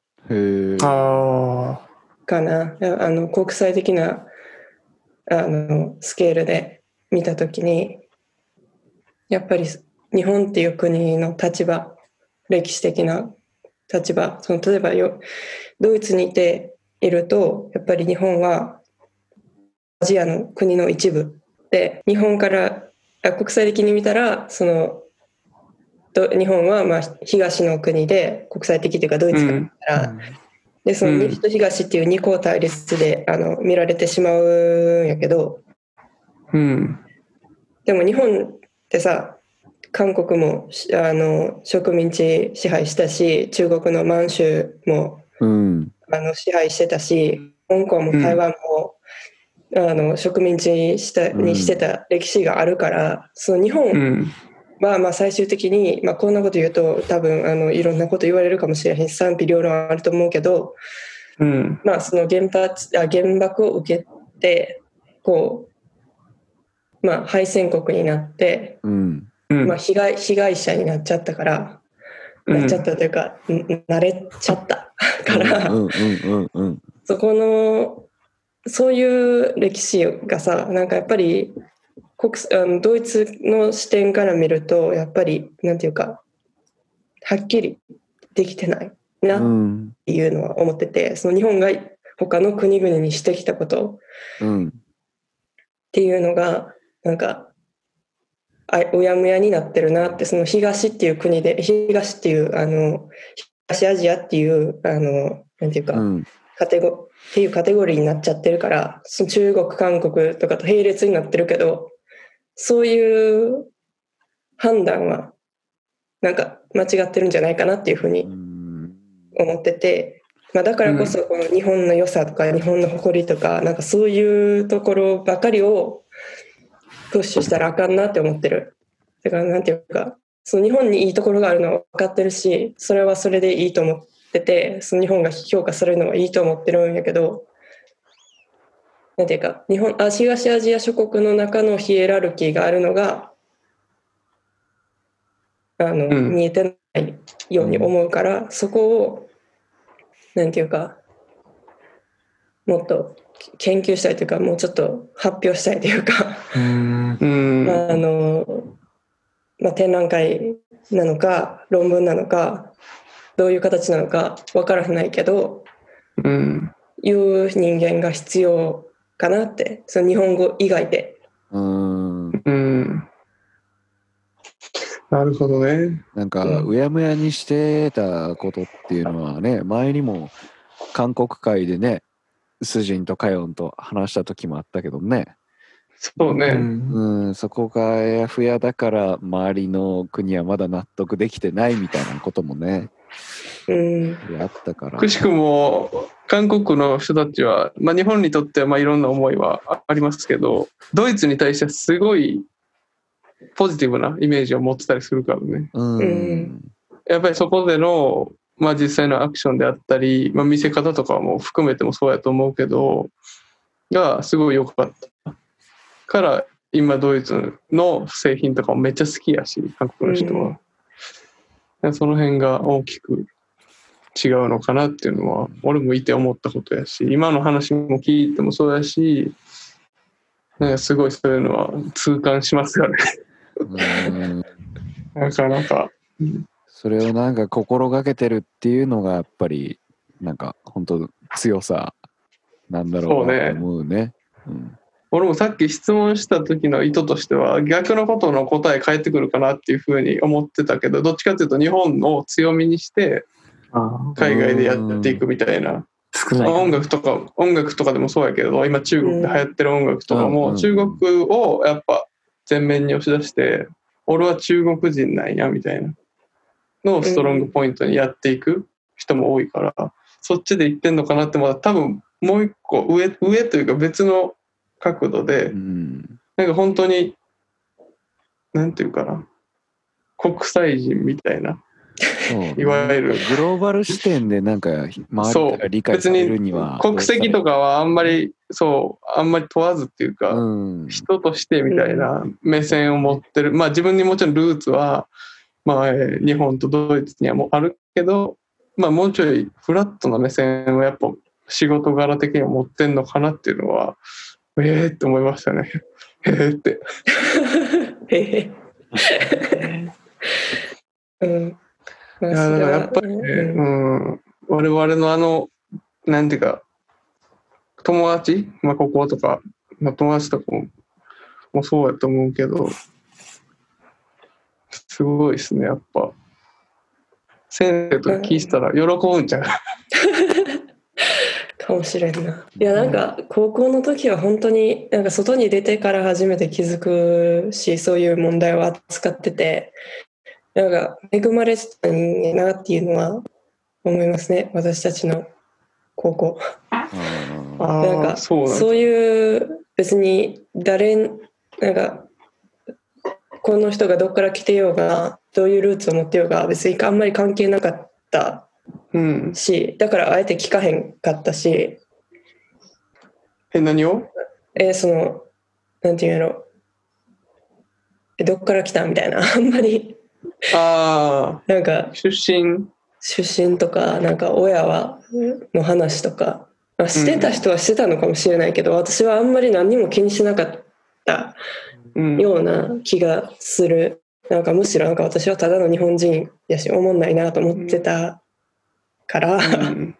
かな。あの国際的なあのスケールで見たときに、やっぱり日本っていう国の立場、歴史的な立場、その例えばよドイツにいていると、やっぱり日本はアジアの国の一部で、日本から国際的に見たらその日本はまあ東の国で、国際的というかドイツから見たら、うん、でその西と東っていう二項対立であの見られてしまうんやけど、うん、でも日本ってさ、韓国もあの植民地支配したし、中国の満州も、うん、あの支配してたし、香港も台湾も、うん、あの植民地したにしてた歴史があるから、うん、その日本はまあ最終的に、まあ、こんなこと言うと多分あのいろんなこと言われるかもしれへんし、賛否両論あると思うけど、うん、まあその原発あ原爆を受けてこう、まあ、敗戦国になって、うんまあ、被害被害者になっちゃったから、うん、なっちゃったというか、うん、慣れちゃったからそこのそういう歴史がさ、なんかやっぱり国あのドイツの視点から見るとやっぱりなんていうかはっきりできてないなっていうのは思ってて、その日本が他の国々にしてきたことっていうのがなんかうやむやになってるなって、その東っていう国で、東っていうあの東アジアっていうあのなんていうか、うん、カテゴっていうカテゴリーになっちゃってるから、その中国韓国とかと並列になってるけど、そういう判断はなんか間違ってるんじゃないかなっていうふうに思ってて、まあ、だからこそこの日本の良さとか日本の誇りとかなんかそういうところばかりをプッシュしたらあかんなって思ってる。だからなんていうか、その日本にいいところがあるのは分かってるし、それはそれでいいと思ってて、その日本が評価されるのはいいと思ってるんやけど、なんていうか、日本、東アジア諸国の中のヒエラルキーがあるのがあの、うん、見えてないように思うから、うん、そこをなんていうかもっと研究したいというか、もうちょっと発表したいというかうん、まああのまあ、展覧会なのか論文なのかどういう形なのか分からないけど、うん、いう人間が必要かなって、その日本語以外で。うん、うんなるほどね。 なんかうやむやにしてたことっていうのはね、前にも韓国会でねスジンとカヨンと話した時もあったけどね。 そうね、 うん、そこがあやふやだから周りの国はまだ納得できてないみたいなこともね、うん、あったから。 くしくも韓国の人たちは、まあ、日本にとってはまあいろんな思いはありますけど、ドイツに対してはすごいポジティブなイメージを持ってたりするからね、うん、やっぱりそこでの、まあ、実際のアクションであったり、まあ、見せ方とかも含めてもそうやと思うけどがすごい良かったから今ドイツの製品とかもめっちゃ好きやし、韓国の人は、うん、その辺が大きく違うのかなっていうのは俺もいて思ったことやし、今の話も聞いてもそうやし、なんかすごいそういうのは痛感しますよねうんなかなか、 うん、それをなんか心がけてるっていうのがやっぱりなんか本当強さなんだろうなと思うね。うん、 俺もさっき質問した時の意図としては逆のことの答え返ってくるかなっていうふうに思ってたけど、どっちかっていうと日本を強みにして海外でやっていくみたいな。音楽とか音楽とかでもそうやけど、今中国で流行ってる音楽とかも中国をやっぱ前面に押し出して、俺は中国人なんやみたいなのをストロングポイントにやっていく人も多いから、そっちで言ってんのかなって。まだ多分もう一個上上というか別の角度で、なんか本当になんていうかな、国際人みたいな、いわゆるグローバル視点でなんか周りから理解されるには、 国籍とかはあんまりそうあんまり問わずっていうか、うん、人としてみたいな目線を持ってる。まあ自分にもちろんルーツは、まあ、日本とドイツにはもあるけど、まあもうちょいフラットな目線をやっぱ仕事柄的には持ってんのかなっていうのはええー、って思いましたね。ええー、ってええうんいやだからやっぱりね、うん、我々のあのなんていうか友達、まあ、こことか、まあ、友達とかももそうやと思うけど、すごいですねやっぱ。先生と聞いたら喜ぶんちゃうかもしれんな。いやなんか高校の時は本当になんか外に出てから初めて気づくし、そういう問題を扱ってて、なんか恵まれてた人間なっていうのは思いますね、私たちの高校。なんかそういう別に誰なんかこの人がどこから来てようがどういうルーツを持ってようが別にあんまり関係なかったし、うん、だからあえて聞かへんかったし。 え何を？ えそのなんていうんやろ、えどこから来たみたいなあんまり。 ああ、 なんか出身出身とかなんか親はの話とか、まあ、してた人はしてたのかもしれないけど、うん、私はあんまり何にも気にしなかったような気がする、うん、なんかむしろなんか私はただの日本人やしおもんないなと思ってたから、うん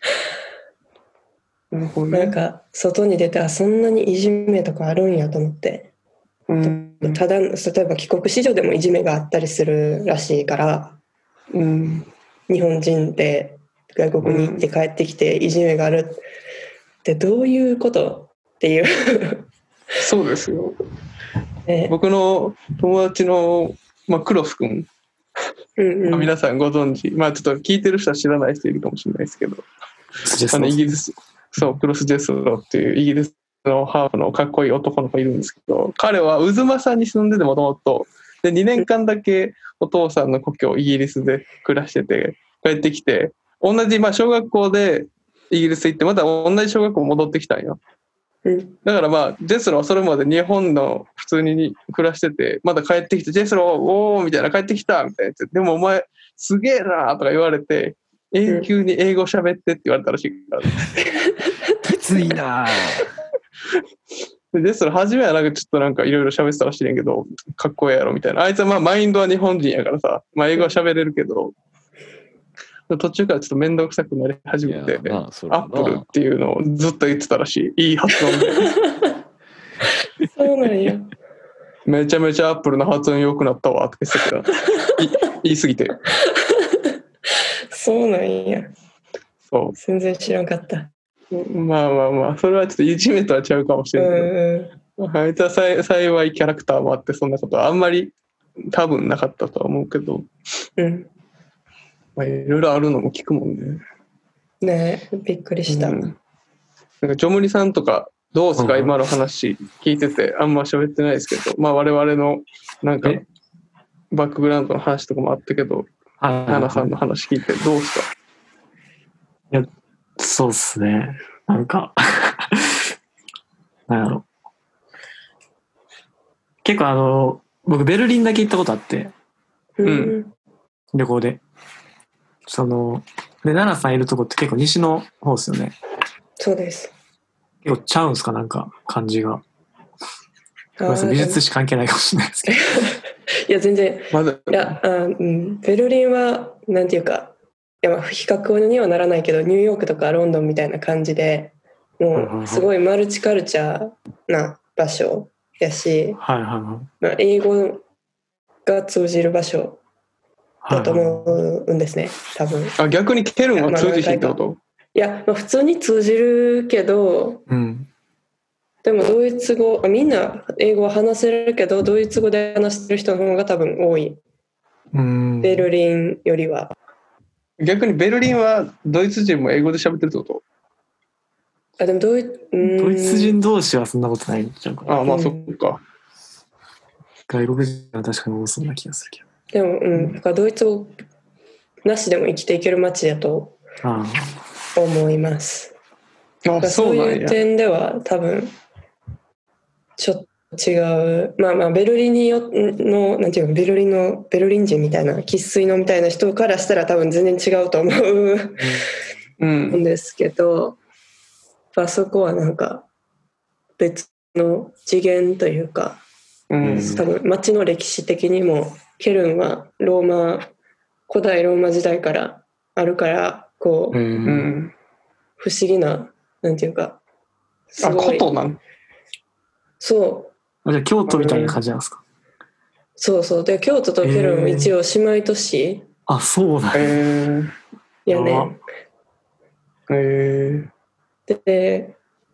うん、なんか外に出たらそんなにいじめとかあるんやと思って、うん、ただ例えば帰国子女でもいじめがあったりするらしいから、うん、日本人で外国に行って帰ってきていじめがあるってどういうことっていうそうですよ。 ね、 僕の友達の、まあ、クロス君、 うんうん、 皆さんご存知、まあちょっと聞いてる人は知らない人いるかもしれないですけど、あのイギリス、そうクロス・ジェスロっていうイギリスのハーフのかっこいい男の子いるんですけど、彼は渦政に住んでてもともとでにねんかんだけお父さんの故郷イギリスで暮らしてて帰ってきて、同じまあ小学校でイギリス行ってまた同じ小学校戻ってきたんよ。 うん、 だからまあジェスロはそれまで日本の普通に暮らしてて、また帰ってきてジェスロおーみたいな帰ってきたみたいな、でもお前すげえなとか言われて永久に英語喋ってって言われたらしいから、 きついなでジェスロ初めはなんかちょっとなんかいろいろ喋ってたらしいねんけど、かっこええやろみたいな、あいつはまあマインドは日本人やからさ、まあ英語は喋れるけど途中からちょっと面倒くさくなり始めて、 まあアップルっていうのをずっと言ってたらしい。いい発音でそうなんや。 めちゃめちゃアップルの発音良くなったわって言ってたけど言い過ぎて。 そうなんや。 そ全然知らんかった。 うまあまあまあそれはちょっといじめとは違うかもしれないけど、うん、あいつは幸いキャラクターもあってそんなことはあんまり多分なかったとは思うけど、 うん、 まあ、いろいろあるのも聞くもんね。 ねえ、びっくりした。うん、 なんかジョムリさんとかどうすか、うん、今の話聞いててあんま喋ってないですけど、まあ我々のなんかバックグラウンドの話とかもあったけど、花さんの話聞いてどうすか？ いや、そうっすね。なんかなんやろ。結構あの僕ベルリンだけ行ったことあって、 うん、 旅行で。そので奈々さんいるとこって結構西の方ですよね。 そうです。 結構ちゃうんすか、なんか感じが。美術史関係ないかもしれないですけど。 いや全然。 まだいやあ、うん、ベルリンはなんていうか、いやまあ比較にはならないけどニューヨークとかロンドンみたいな感じで、もうすごいマルチカルチャーな場所やし、 はいはいはい、 まあ、英語が通じる場所だと思うんですね、多分。 あ、逆にケルンは通じひんってこと？ いや、まあ、普通に通じるけど、 うん、 でもドイツ語、みんな英語は話せるけどドイツ語で話してる人の方が多分多い、 うん、 ベルリンよりは。 逆にベルリンはドイツ人も英語で喋ってるってこと？ あ、でもドイ、うんドイツ人同士はそんなことないんちゃうかな。 ああ、まあそっか。 外国人は確かに多そうな気がするけど。 でも、うん、だからドイツ語なしでも生きていける街だと思います。 ああ、 そういう点では多分ちょっと違う。まあまあベルリンによのなんていうかベルリンのベルリン人みたいな生粋のみたいな人からしたら多分全然違うと思うんですけど、あそこはなんか別の次元というか、うん、多分街の歴史的にもケルンはローマ古代ローマ時代からあるからこう、うん、不思議ななんていうかすごい。あ、古都なん？ そう。 あ、じゃあ京都みたいな感じなんですか？ そうそう。で京都とケルンは一応姉妹都市、えー、 あ、そうだね、 えー、 やね。 えー、で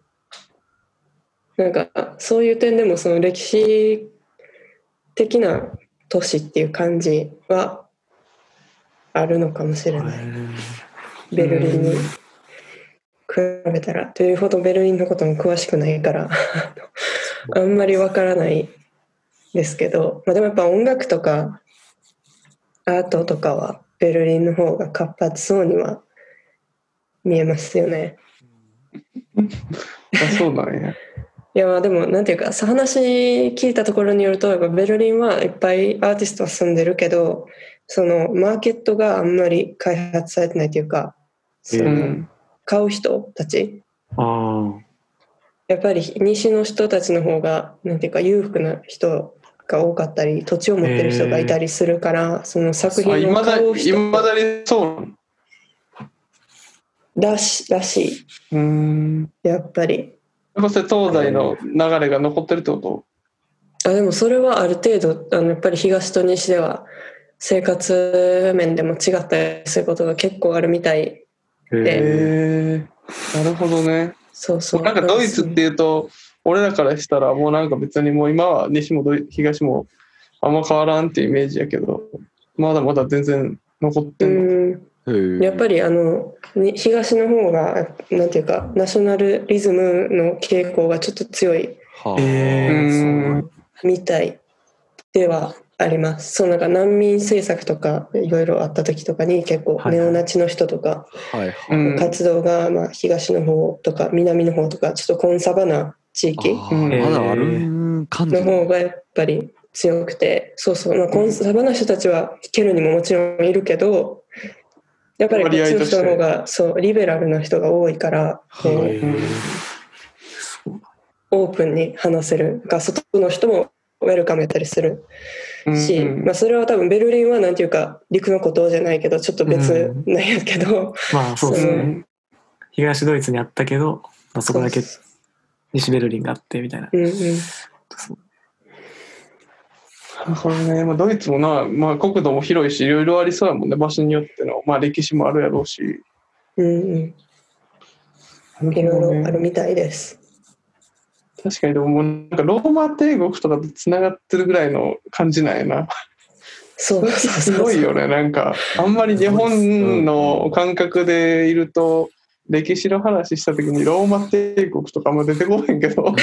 なんかそういう点でもその歴史的な都市っていう感じはあるのかもしれない。ベルリンに比べたら。というほどベルリンのことも詳しくないからあんまりわからないですけど、まあ、でもやっぱ音楽とかアートとかはベルリンの方が活発そうには見えますよね。 あ、そうなんや。 いやまあでもなんていうか話聞いたところによるとやっぱベルリンはいっぱいアーティストは住んでるけどそのマーケットがあんまり開発されてないというかその、うん、買う人たちあやっぱり西の人たちの方がなんていうか裕福な人が多かったり土地を持ってる人がいたりするから、えー、その作品を買う人いまだにそうらし、らしい。 うーんやっぱりやっぱそれ東西の流れが残ってるってこと？ あでもそれはある程度あのやっぱり東と西では生活面でも違ったりすることが結構あるみたいで、 へー、なるほどね。 そうそう。 なんかドイツっていうと、俺らからしたらもうなんか別にもう今は西も東もあんま変わらんっていうイメージやけど、まだまだ全然残ってんの。 うんやっぱりあの東の方がなんていうかナショナルリズムの傾向がちょっと強いみたいではあります。そうなんか難民政策とかいろいろあった時とかに結構ネオナチの人とか活動がまあ東の方とか南の方とかちょっとコンサバな地域の方がやっぱり強くて、そうそう、まあ、コンサバな人たちはケルにももちろんいるけど、やっぱりこっちの人の方がそうリベラルな人が多いから、オープンに話せるが外の人もウェルカムやったりするし、うんうんまあ、それは多分ベルリンはなんていうか陸の孤島じゃないけどちょっと別なんやけど、うん、 まあそうですね。東ドイツにあったけど、まあ、そこだけ西ベルリンがあってみたいな。うんうんこれね、まあ、ドイツもな、まあ、国土も広いしいろいろありそうやもんね、場所によっての、まあ、歴史もあるやろうし、 うんうん、いろいろあるみたいです。 確かにでももうなんかローマ帝国とかとつながってるぐらいの感じなんやな。 そうすごいよね。なんかあんまり日本の感覚でいると歴史の話した時にローマ帝国とかも出てこないけど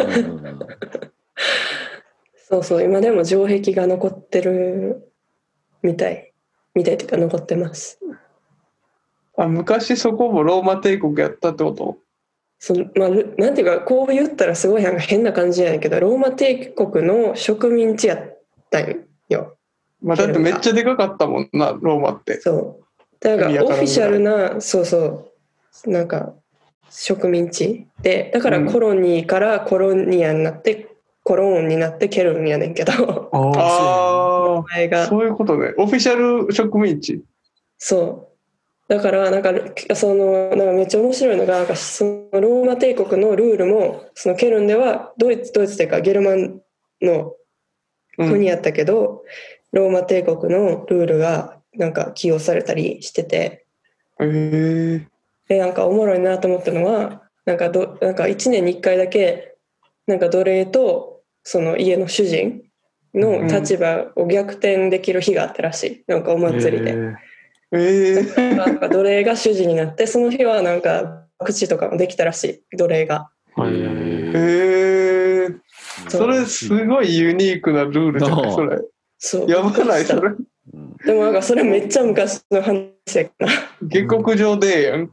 そうそう今でも城壁が残ってるみたいみたいというか残ってます。 あ昔そこもローマ帝国やったってこと？ そのまあ、なんていうかこう言ったらすごいなんか変な感じじゃないけどローマ帝国の植民地やったんよ。 まあ、だってめっちゃでかかったもんなローマって。 そうだからオフィシャルなそうそうなんか植民地でだからコロニーからコロニアになって、うん、コローンになってケルンやねんけどああそういうことね。オフィシャル植民地。 そうだからなんかそのなんかめっちゃ面白いのがなんかそのローマ帝国のルールもそのケルンではドイツドイツというかゲルマンの国やったけど、うん、ローマ帝国のルールがなんか起用されたりしてて、 へーでなんかおもろいなと思ったのはなんかどなんかいちねんにいっかいだけなんか奴隷とその家の主人の立場を逆転できる日があったらしい。なんかお祭りで。 えー、 なんか奴隷が主人になってその日はなんか博打とかもできたらしい奴隷が。 へえー、それすごいユニークなルールじゃないそれ。 そうやばないそれ。 でもなんかそれめっちゃ昔の話やから。 下克上でやん。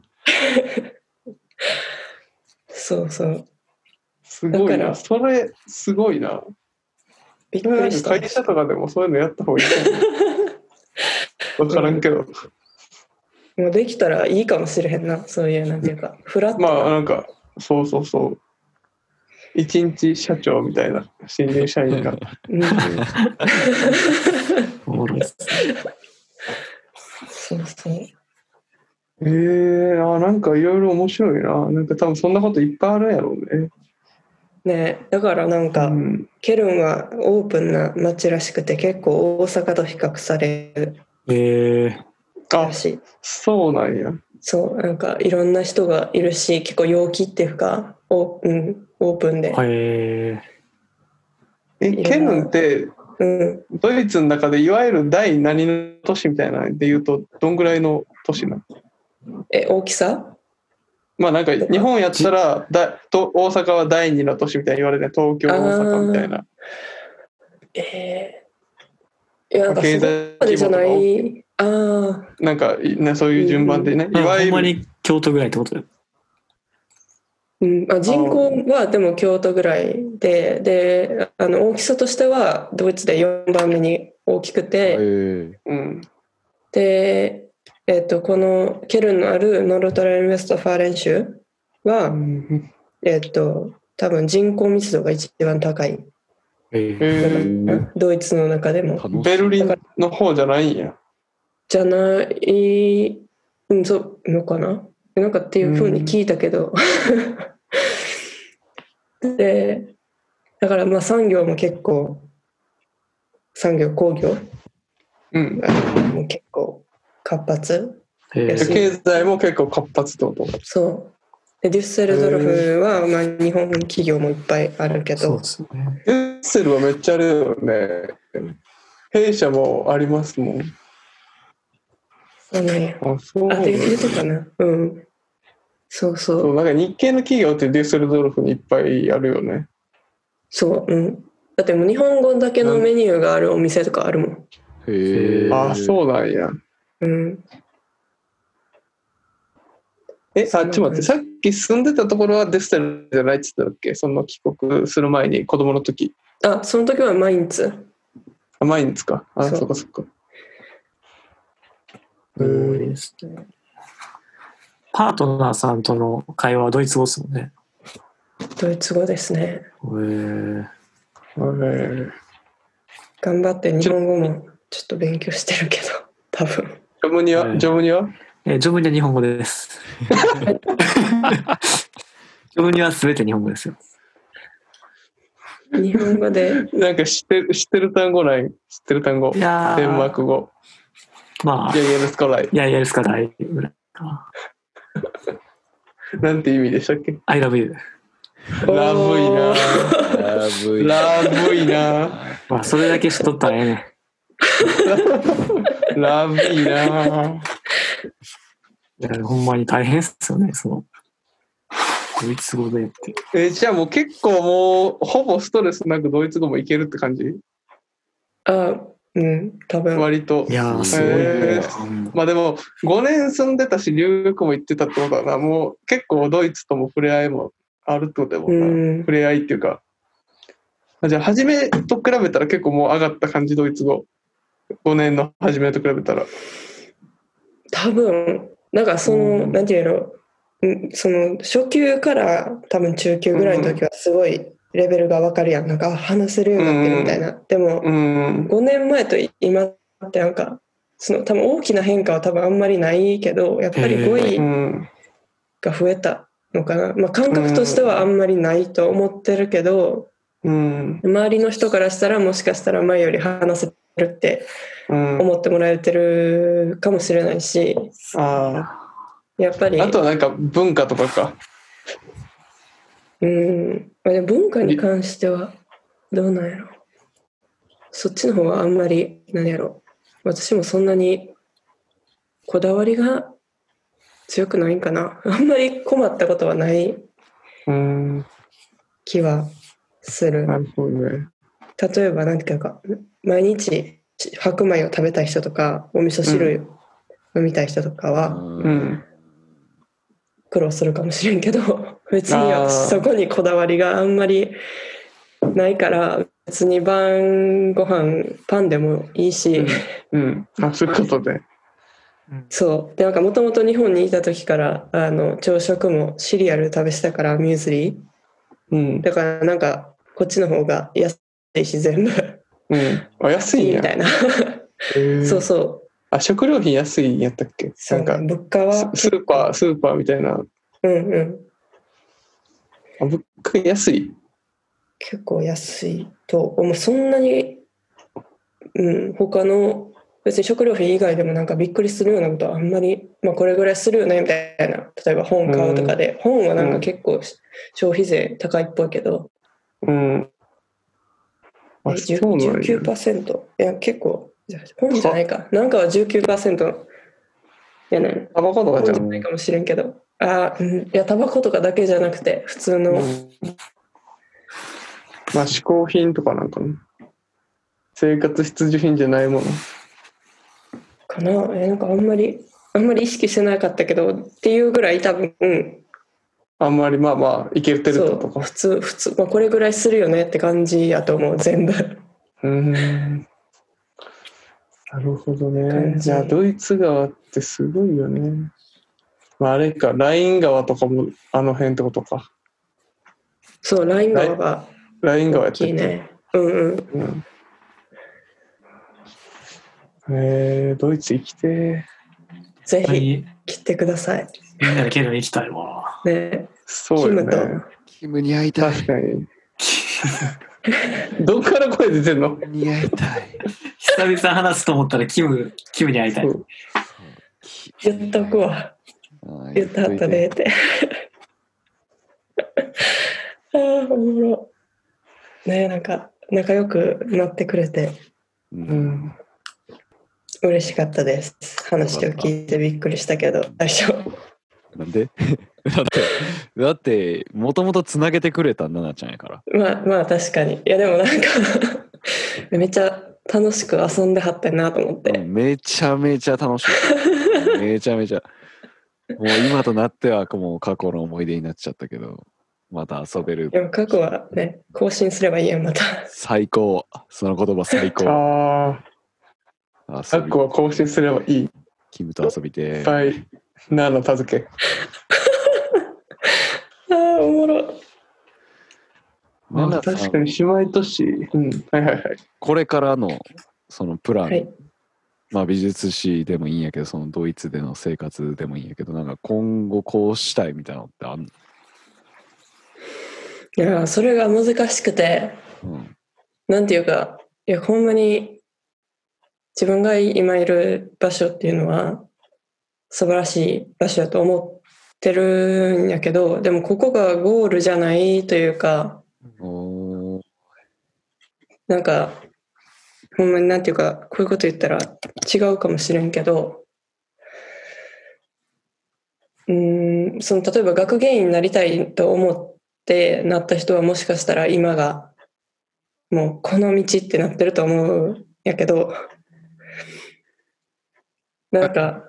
そうそう。 すごいな。それすごいな。 びっくりした。 会社とかでもそういうのやった方がいいかも。分からんけど。 もうできたらいいかもしれへんな。そういうなんていうかフラットな。 まあなんかそうそうそう。一日社長みたいな新入社員が。 おもろいです。 そうそう。 えー、あなんかいろいろ面白いな。なんか多分そんなこといっぱいあるやろうね。 ねだからなんか、うん、ケルンはオープンな街らしくて結構大阪と比較される。 えー、あそうなんや。 そうなんかいろんな人がいるし結構陽気っていうかオー、うん、オープンで。 へえケルンって、うん、ドイツの中でいわゆる第何の都市みたいなでいうとどんぐらいの都市なの？ え大きさ？ まあなんか日本やったらだと大阪は第二の都市みたいに言われて東京大阪みたいな。 えー、いやなんかそこまでじゃない。あなんかねそういう順番でね、 うん、いわゆるほんまに京都ぐらいってことだよ。 うん、あ人口はでも京都ぐらいで、であの大きさとしてはドイツでよんばんめに大きくて、 うん、 で、えー、とこのケルンのあるノルトレン・ウェストファーレン州は、うん、えー、と多分人口密度が一番高い、 えー、 ドイツの中でも。 ベルリンの方じゃないんや。 じゃない、うん、そうのかななんかっていう風に聞いたけど、うん、でだからまあ産業も結構産業工業、 うん、 もう結構活発。 経済も結構活発ってこと？ そうでデュッセルドルフは、まあ、日本企業もいっぱいあるけど、 そうですね。 デュッセルはめっちゃあるよね。弊社もありますもん。 そうなんや。 あ、そうあ、 なんだ。 で言うとかな。うん。そうそそう、 う。 なんか日系の企業ってデュッセルドルフにいっぱいあるよね。 そう、うん。だってもう日本語だけのメニューがあるお店とかあるもん。 へえ。 あ、そうなんや。 うん。 え、あ、 そんなちょっと待って、さっき住んでたところはデュッセルじゃないって言ったっけ？その帰国する前に子供の時。 あ、その時はマインツ。 あ、マインツか。あ、 そうそっかそっか。 すごいですね。パートナーさんとの会話はドイツ語ですもんね。 ドイツ語ですね。 へー。 えー頑張って日本語もちょっと勉強してるけど、多分。 ジョブには、 えージョブにはえー、ジョブには日本語です。ジョブには全て日本語ですよ。 日本語で。 なんか知ってる、知ってる単語ない？知ってる単語。 いやーデンマーク語。 まあ、 いやいやですかない。 いやいやですかないぐらいか。 なんて意味でしたっけ？ I love you。 ラブいな。 ラブい。 ラブいな。 まあ、それだけしとったらええねん。 ラブいな。 いやほんまに大変っすよね、その。ドイツ語でって。 え、じゃあもう結構もう、ほぼストレスなくドイツ語もいけるって感じ？ あ、うん、多分。 割と。 いやー、すごいね。 えーまあでも、ごねん住んでたし、留学も行ってたってことだな。もう結構ドイツとも触れ合いもあるってことだもんな。 うん触れ合いっていうか。あじゃあ、初めと比べたら結構もう上がった感じ、ドイツ語。ごねんの初めと比べたら。 多分、なんかその、 うんなんていうの、うんその初級から多分中級ぐらいの時はすごいレベルが分かるやん。なんかあ話せるようになってるみたいな。でも、 うん。 ごねんまえと今ってなんか、その多分大きな変化は多分あんまりないけど、やっぱり語う彙ん。 が増えたのかな。まあ感覚としてはあんまりないと思ってるけど、 うん。 周りの人からしたらもしかしたら前より話せるってうん。 思ってもらえてるかもしれないし、 あやっぱりあ。あとはなんか文化とかか。 うんまあでも文化に関してはどうなんやろ。そっちの方はあんまり何やろ。私もそんなにこだわりが強くないんかな。あんまり困ったことはないうん。 気はする。 なるほどね。 例えば何ていうか毎日白米を食べたい人とかお味噌汁飲みたい人とかはうん。 苦労するかもしれんけど、別にあー私そこにこだわりがあんまりないから別に晩ご飯パンでもいいし、 うん。あ、そういうことで。 そうでなんかもともと日本にいた時からあの朝食もシリアル食べてたからミューズリーうん。 だからなんかこっちの方が安いし全部うん。あ、安いんや。 いいみたいなそうそうあ、食料品安いんやったっけ？ そうねなんか物価はススーパー、スーパーみたいな。 うんうんあ、物価安い。 結構安いと思う。そんなに、うん、他の別に食料品以外でもなんかびっくりするようなことはあんまり、まあこれぐらいするよねみたいな。例えば本買うとかで、本はなんか結構消費税高いっぽいけど、 うん。あ、 えそうなんや。 じゅうきゅうパーセント。いや結構、本じゃないか。なんかは じゅうきゅうパーセント やねん。 タバコとかじゃん。 本じゃないかもしれんけど。あ、うん、いやタバコとかだけじゃなくて普通の、 うんまあ嗜好品とかなんかな。生活必需品じゃないもの。 かな。えなんかあんまりあんまり意識してなかったけどっていうぐらい多分、うん、 あんまりまあまあいけてるそうとか。 普通普通、まあ、これぐらいするよねって感じやと思う全部。 うーん。なるほどね。 感じじゃあドイツ川ってすごいよね。まああれか、ライン川とかもあの辺ってことか。 そうライン川がライン川や大ったっけ？ きいね。うんうん。 うんえー、ドイツ行きてぜひに来てくださいみんなでケルン行きたいわ。 ね。 ー。そうよね。 キムキムに会いたい。 確かに。どっから声出てんの？ に会いたい。 久々話すと思ったらキム、キムに会いたい。 そう言っとくわ。言ったはったでって。 ああ、おもろ。ねえ、なんか、仲良くなってくれて、 う。 うんん。 嬉しかったです。話を聞いてびっくりしたけど、最初。 なんでだって、だって、もともとつなげてくれた奈々ちゃんやから。 まあまあ確かに。いやでもなんかめっちゃ楽しく遊んではったなと思って。 うん、めちゃめちゃ楽しい。めちゃめちゃ。もう今となってはもう過去の思い出になっちゃったけど、また遊べる。 でも過去はね、更新すればいいやん、また。 最高。その言葉最高。 ああ、 遊び過去は更新すればいい。 キムと遊びて。 はい。なの助け。 ああ、おもろ。 まあ、 奈々さん確かに姉妹都市。うん。はいはいはい。 これからのそのプラン、 はい。 まあ美術史でもいいんやけど、そのドイツでの生活でもいいんやけど、なんか今後こうしたいみたいなのってあんの？ いや、それが難しくて、 うん、 なんていうか、いや、ほんまに自分が今いる場所っていうのは素晴らしい場所だと思ってるんやけど、でもここがゴールじゃないというか、 おーなんか、ほんまになんていうか、こういうこと言ったら違うかもしれんけど、うーん、その例えば学芸員になりたいと思ってなった人はもしかしたら今がもうこの道ってなってると思うんやけど、なんか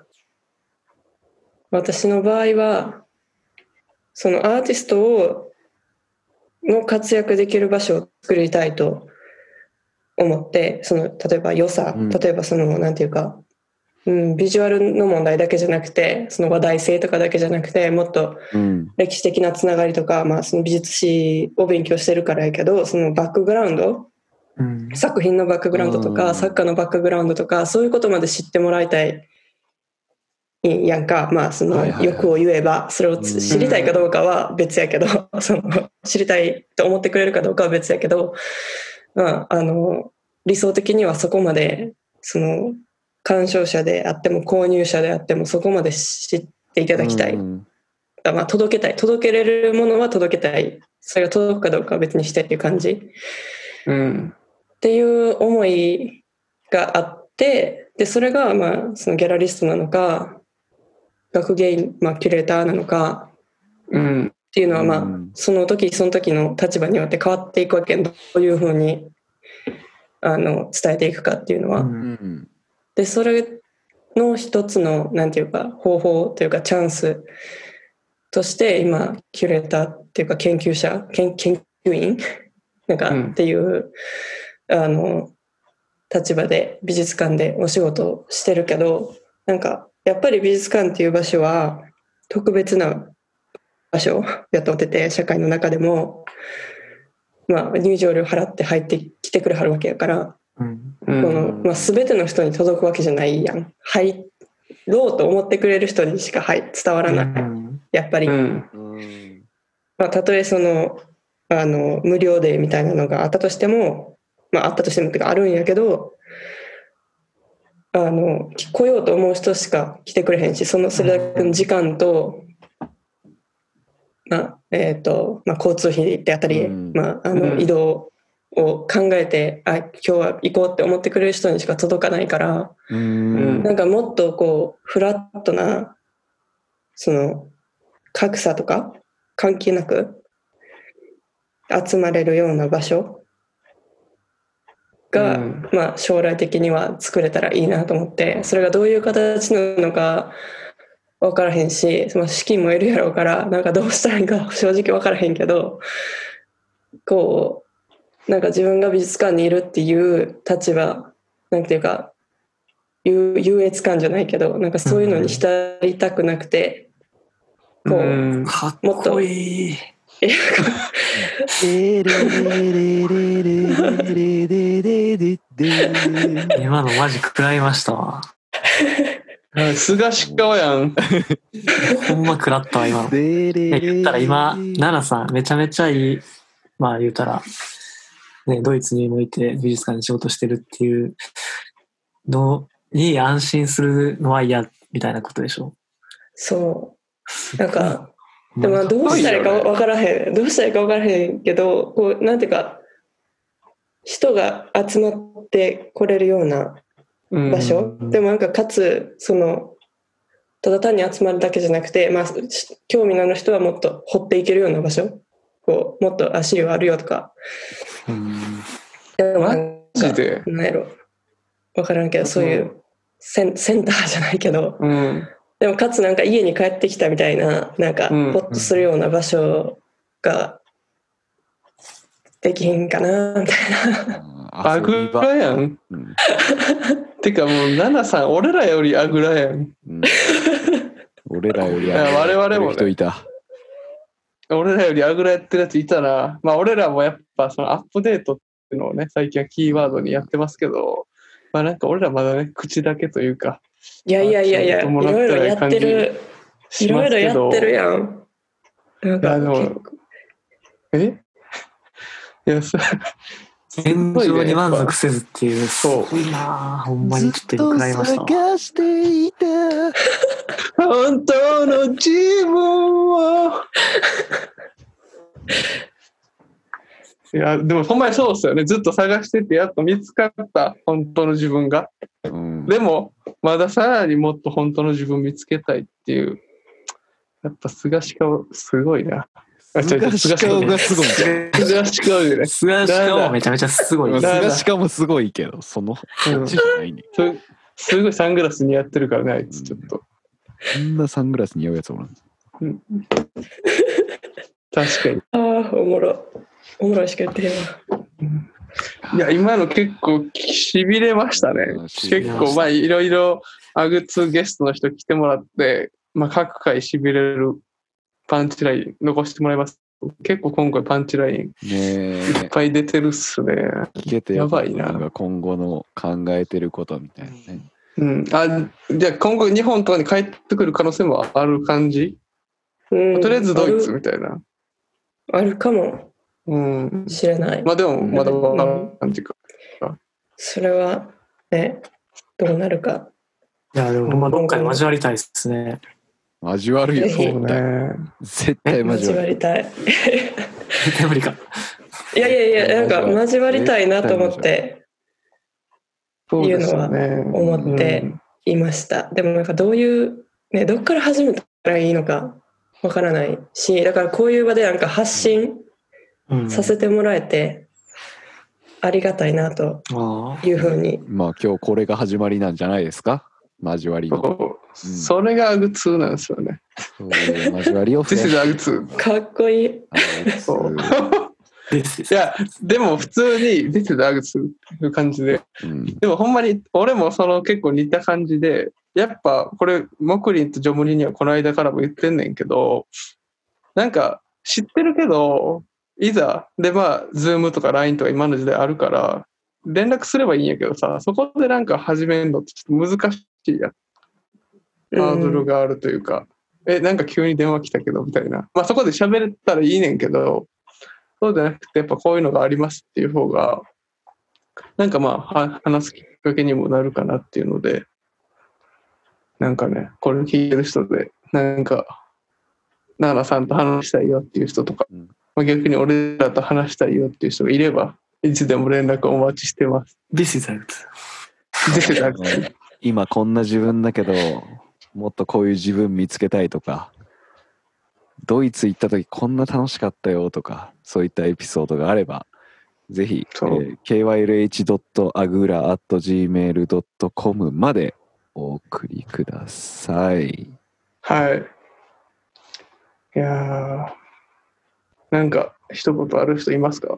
私の場合はそのアーティストをの活躍できる場所を作りたいと思って、その例えば良さ、 うん例えばそのなんていうか、うん、ビジュアルの問題だけじゃなくて、その話題性とかだけじゃなくて、もっとうん歴史的なつながりとか、まあ、その美術史を勉強してるからやけど、そのバックグラウンド、 うん、 作品のバックグラウンドとか、 うん作家のバックグラウンドとか、そういうことまで知ってもらいたいやんか。まあ、そのはいはいはい欲を言えば、それをうん知りたいかどうかは別やけど、その知りたいと思ってくれるかどうかは別やけど、まあ、あの理想的にはそこまでその鑑賞者であっても購入者であってもそこまで知っていただきたい、 うんあ、まあ、届けたい届けれるものは届けたい、それが届くかどうかは別にしてっていう感じうん。 っていう思いがあって、でそれがまあそのギャラリストなのか学芸員、まあ、キュレーターなのかうん。 っていうのはまあうんその時その時の立場によって変わっていくわけ。どういうふうにあの伝えていくかっていうのは、 ううんんでそれの一つのなんていうか方法というかチャンスとして今キュレーターっていうか研究者研研究員なんかうんっていうあの立場で美術館でお仕事をしてるけど、なんかやっぱり美術館っていう場所は特別な場所やと思ってて、社会の中でもまあ入場料払って入ってきてくれはるわけやから、 うん、 うこのん。 まあ、全ての人に届くわけじゃないやん。入ろうと思ってくれる人にしか、はい、伝わらない、 うんやっぱり。 うん。 うんまあ、たとえそのあの無料でみたいなのがあったとしても、まあ、あったとしてもっていうかあるんやけど、あの来ようと思う人しか来てくれへんし、そのそれだけの時間と、まあえーとまあ、交通費であったり、 うんまあ、あのうん移動を考えて、あ今日は行こうって思ってくれる人にしか届かないから、 うんなんかもっとこうフラットなその格差とか関係なく集まれるような場所が、 うんまあ、将来的には作れたらいいなと思って、それがどういう形なのか分からへんし、まあ、資金もいるやろうからなんかどうしたらいいか正直分からへんけど、こうなんか自分が美術館にいるっていう立場なんていうか優優越感じゃないけど、なんかそういうのに浸りたくなくて、こう、 うんかっこいい。 えレレレレレレレレレレ今のマジ食らいましたわ。 はい菅氏川やん。 ほんま食らったわ、今の。 レレレ言ったら今、奈々さんめちゃめちゃいい、まあ言うたら、ね、ドイツにおいて美術館で仕事してるっていうのに安心するのは嫌みたいなことでしょ。 そうなんかでもどうしたらいいか分からへん。どうしたらいいか分からへんけど、こうなんていうか人が集まってこれるような場所、うん、でもなんかかつそのただ単に集まるだけじゃなくて、まあ、興味のある人はもっと掘っていけるような場所、こうもっと足湯あるよとか。 うん、マジでなんやろ分からんけど、そういうセン、センターじゃないけど、 うん、 でもかつなんか家に帰ってきたみたいな、なんかホッとするような場所ができひんかなみたいな。 あぐらやん、うん、てかもうナナさん俺らよりあぐらやん、うん、 俺らよりあぐら我々も、ね、 人いた。 俺らよりあぐらやってるやついたな。まあ俺らもやっぱそのアップデートっていうのをね最近はキーワードにやってますけど、まあなんか俺らまだね口だけというか、 いやいやいやいや、いろいろやってる、いろいろやってるやん。なんか結構えいやそ現状に満足せずっていう、 そうすごいな、ほんまにちょっと今食らいましたわ。 探していた本当の自分をいやでもほんまにそうっすよね。ずっと探しててやっと見つかった本当の自分が、うん、でもまださらにもっと本当の自分見つけたいっていう、やっぱ菅氏顔すごいな。 菅氏顔がすごい。 菅氏顔でね。 菅氏顔めちゃめちゃすごい。 菅氏顔もすごいけど、そのそっちじゃないね、 うん、す, すごいサングラス似合ってるからね、あいつちょっと。 こんなサングラス似合うやつおらん。 うん、確かに。 ああ、おもろ。おもろいしか言ってへんわ。 いや、今の結構しびれましたね。結構、まあ、いろいろ、アグツゲストの人来てもらって、まあ、各回しびれるパンチライン残してもらいます。結構今回パンチラインいっぱい出てるっすね。 聞けてやばいな。今後の考えてることみたいなね。 うん、あ、じゃあ今後日本とかに帰ってくる可能性もある感じ？うん、とりあえずドイツみたいな。 あるかも。 うん、 知らない。 まあでもまだわからん感じか、 うん。それはね、どうなるか。 いやでもまあどっかで交わりたいですね。 交わるよ、そうね。絶対交わりたい。 絶対無理か。 いやいやいや、なんか交わりたいなと思っていうのは思っていました。でもなんかどういうね、どっから始めたらいいのかわからないし、だからこういう場でなんか発信させてもらえてありがたいなというふうに、 うん、まあ今日これが始まりなんじゃないですか、交わりの。 そ, うん、それがアグツーなんですよね。 そういう交わりを増やアグツーかっこいい。 そういやでも普通に This is アグツーっていう感じで、うん、でもほんまに俺もその結構似た感じで、やっぱこれモクリンとジョムリにはこの間からも言ってんねんけど、なんか知ってるけどいざでまあ Zoom とか ライン とか今の時代あるから連絡すればいいんやけどさ、そこでなんか始めるのってちょっと難しいやん。ハードルがあるというか、うん、えなんか急に電話来たけどみたいな、まあそこで喋れたらいいねんけど、そうじゃなくてやっぱこういうのがありますっていう方がなんかまあ話すきっかけにもなるかなっていうので、なんかねこれ聞いてる人でなんか奈々さんと話したいよっていう人とか、うん、まあ、逆に俺らと話したいよっていう人がいればいつでも連絡お待ちしてます。 This is out. This is out. 今こんな自分だけどもっとこういう自分見つけたいとか、ドイツ行った時こんな楽しかったよとか、そういったエピソードがあればぜひ、えー、ケーワイエルエイチドットアグラアットジーメールドットコム までお送りください。 はい。いやー、なんか一言ある人いますか？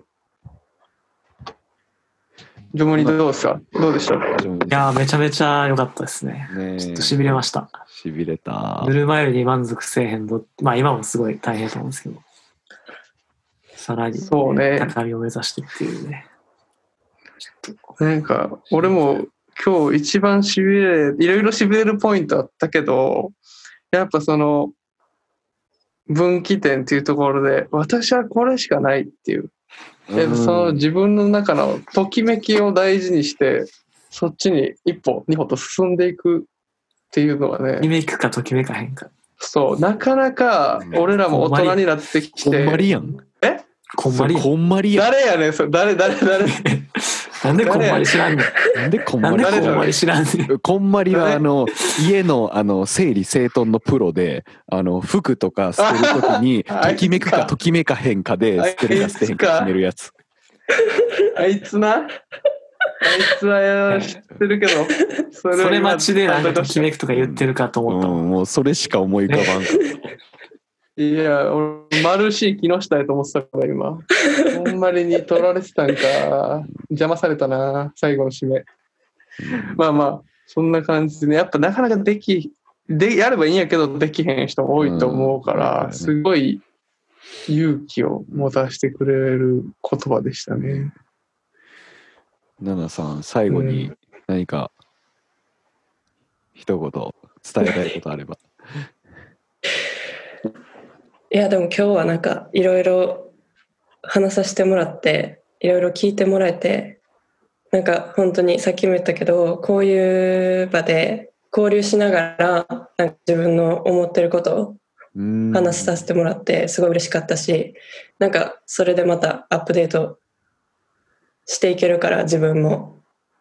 ジョモリどうですか？どうでしたか？ いやーめちゃめちゃ良かったですね。ね、ちょっとしびれました。 しびれた。 ぬるま湯に満足せえへんど、まあ今もすごい大変だと思うんですけど、さらに、ね、 そうね、 高みを目指してっていうね。 なんか俺も今日一番しびれ、いろいろしびれるポイントあったけど、やっぱその分岐点っていうところで私はこれしかないっていう、やっぱその自分の中のときめきを大事にしてそっちに一歩二歩と進んでいくっていうのはね、 ときめくかときめかへんか。 そう、なかなか俺らも大人になってきて。 こんまりやん。 えこんまり。 こんまりやん。 誰やねん、それ。誰、誰、誰。 なんでこんまり知らんねん。 なんでこんなんまりでこんまり知らんねん。 こんまりはあの家のあの整理整頓のプロで、あの服とか捨てるときにときめくかときめかへんかで捨てるか捨てへんか決めるやつ。 あいつな。あいつは知ってるけど、 それそれ待ちでなんかときめくとか言ってるかと思ったもん。 うん、もうそれしか思い浮かばんかった。 いや、俺、マルシー木下やと思ってたから今。ほんまりに取られてたんか。邪魔されたな、最後の締め。まあまあ、そんな感じでね、やっぱなかなかでき、で、やればいいんやけど、できへん人も多いと思うから、 うんすごい勇気を持たせてくれる言葉でしたね。 ナナさん、最後に何か一言伝えたいことあれば。 いやでも今日はなんかいろいろ話させてもらっていろいろ聞いてもらえて、なんか本当にさっきも言ったけど、こういう場で交流しながらなんか自分の思ってることを話させてもらってすごい嬉しかったし、なんかそれでまたアップデートしていけるから自分も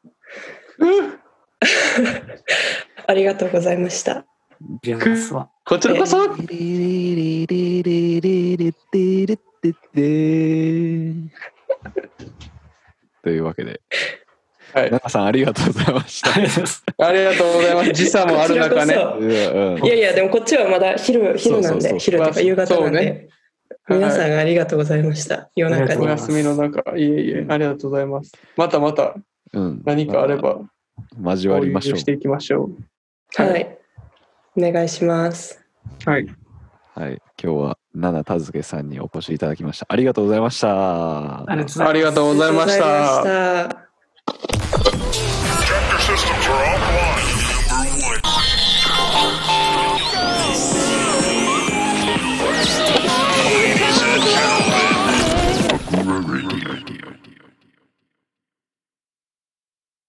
ありがとうございました。 こちらこそ。 というわけで、 はい、 ナナさんありがとうございました。 ありがとうございます。時差もある中ね。 いやいやでもこっちはまだ昼昼なんで、昼とか夕方なんで、ね、皆さんありがとうございました。夜中に。 お休みの中、いえいえありがとうございます。またまた何かあれば、 うん、交わりましょう。 していきましょう。 はい、はい、お願いします。 はい。 はい、今日はナナタズケさんにお越しいただきました。ありがとうございました。 ありがとうございました。